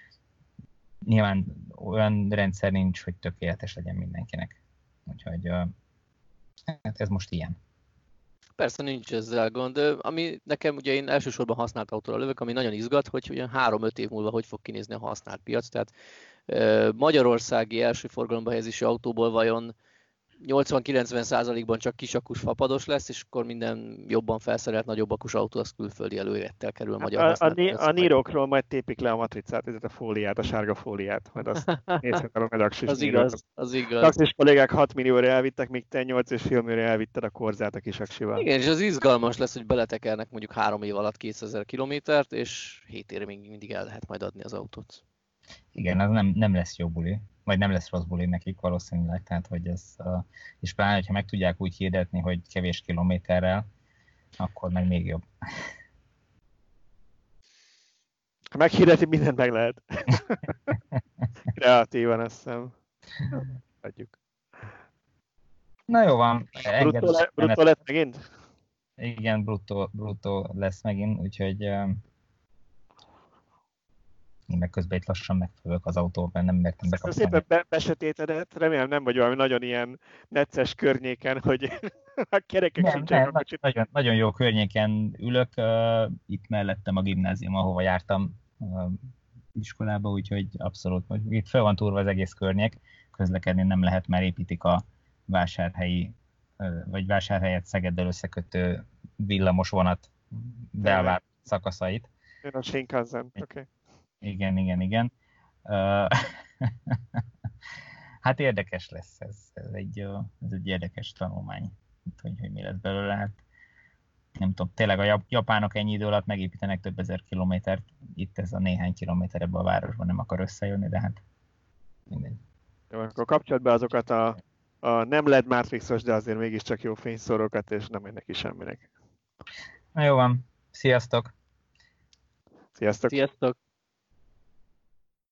Nyilván olyan rendszer nincs, hogy tökéletes legyen mindenkinek. Úgyhogy uh, hát ez most ilyen. Persze nincs ezzel gond. Ami nekem ugye én elsősorban használt autóra lövök, ami nagyon izgat, hogy olyan három-öt év múlva hogy fog kinézni a használt piac. Tehát uh, magyarországi első forgalomba helyezési autóból vajon nyolcvan-kilencven százalékban csak kisakus fapados lesz, és akkor minden jobban felszerelt nagyobb akus autó az külföldi előélettel kerül a magyar használat. A, a, a Nirokról majd tépik le a matricát, ez a fóliát, a sárga fóliát, majd azt nézhet a medaksis. Az igaz, az igaz. Taxis kollégák hat millióra elvittek, míg te nyolc és fél millióra elvitted a Corzát a kisaksival. Igen, és az izgalmas lesz, hogy beletekernek mondjuk három év alatt kétezer kilométert, és hét évre még mindig el lehet majd adni az autót. Igen, az nem, nem lesz jó buli, vagy nem lesz rossz buli nekik valószínűleg, tehát hogy ez, és pláne, hogyha meg tudják úgy hirdetni, hogy kevés kilométerrel, akkor meg még jobb. Ha meghirdeti, mindent meg lehet. Kreatívan, azt hiszem. Adjuk. Na jó van. Bruttó, le, bruttó lesz megint? Igen, bruttó, bruttó lesz megint, úgyhogy én meg közben itt lassan megfövök az autóban, nem mertem bekapcsolni. Szépen be, besötétedett, remélem nem vagy valami nagyon ilyen necces környéken, hogy a kerekek nem, sincsenek. Nem, nagyon, nagyon jó környéken ülök, uh, itt mellettem a gimnázium, ahova jártam uh, iskolába, úgyhogy abszolút, itt fel van túrva az egész környék, közlekedni nem lehet, mert építik a vásárhelyi, uh, vagy vásárhelyet Szegeddel összekötő villamos vonat belvár szakaszait. Jön a Shinkansen, oké. Okay. Igen, igen, igen. Uh, hát érdekes lesz ez, ez egy, ez egy érdekes tanulmány, hogy, hogy mi lesz belőle. Hát, nem tudom, tényleg a japánok ennyi idő alatt megépítenek több ezer kilométert, itt ez a néhány kilométer ebben a városban nem akar összejönni, de hát mindegy. Jó, akkor kapcsolt be azokat a, a nem el é dé Matrixos, de azért mégiscsak jó fényszórókat, és nem mennek ki semminek. Na jó van, sziasztok! Sziasztok! Sziasztok!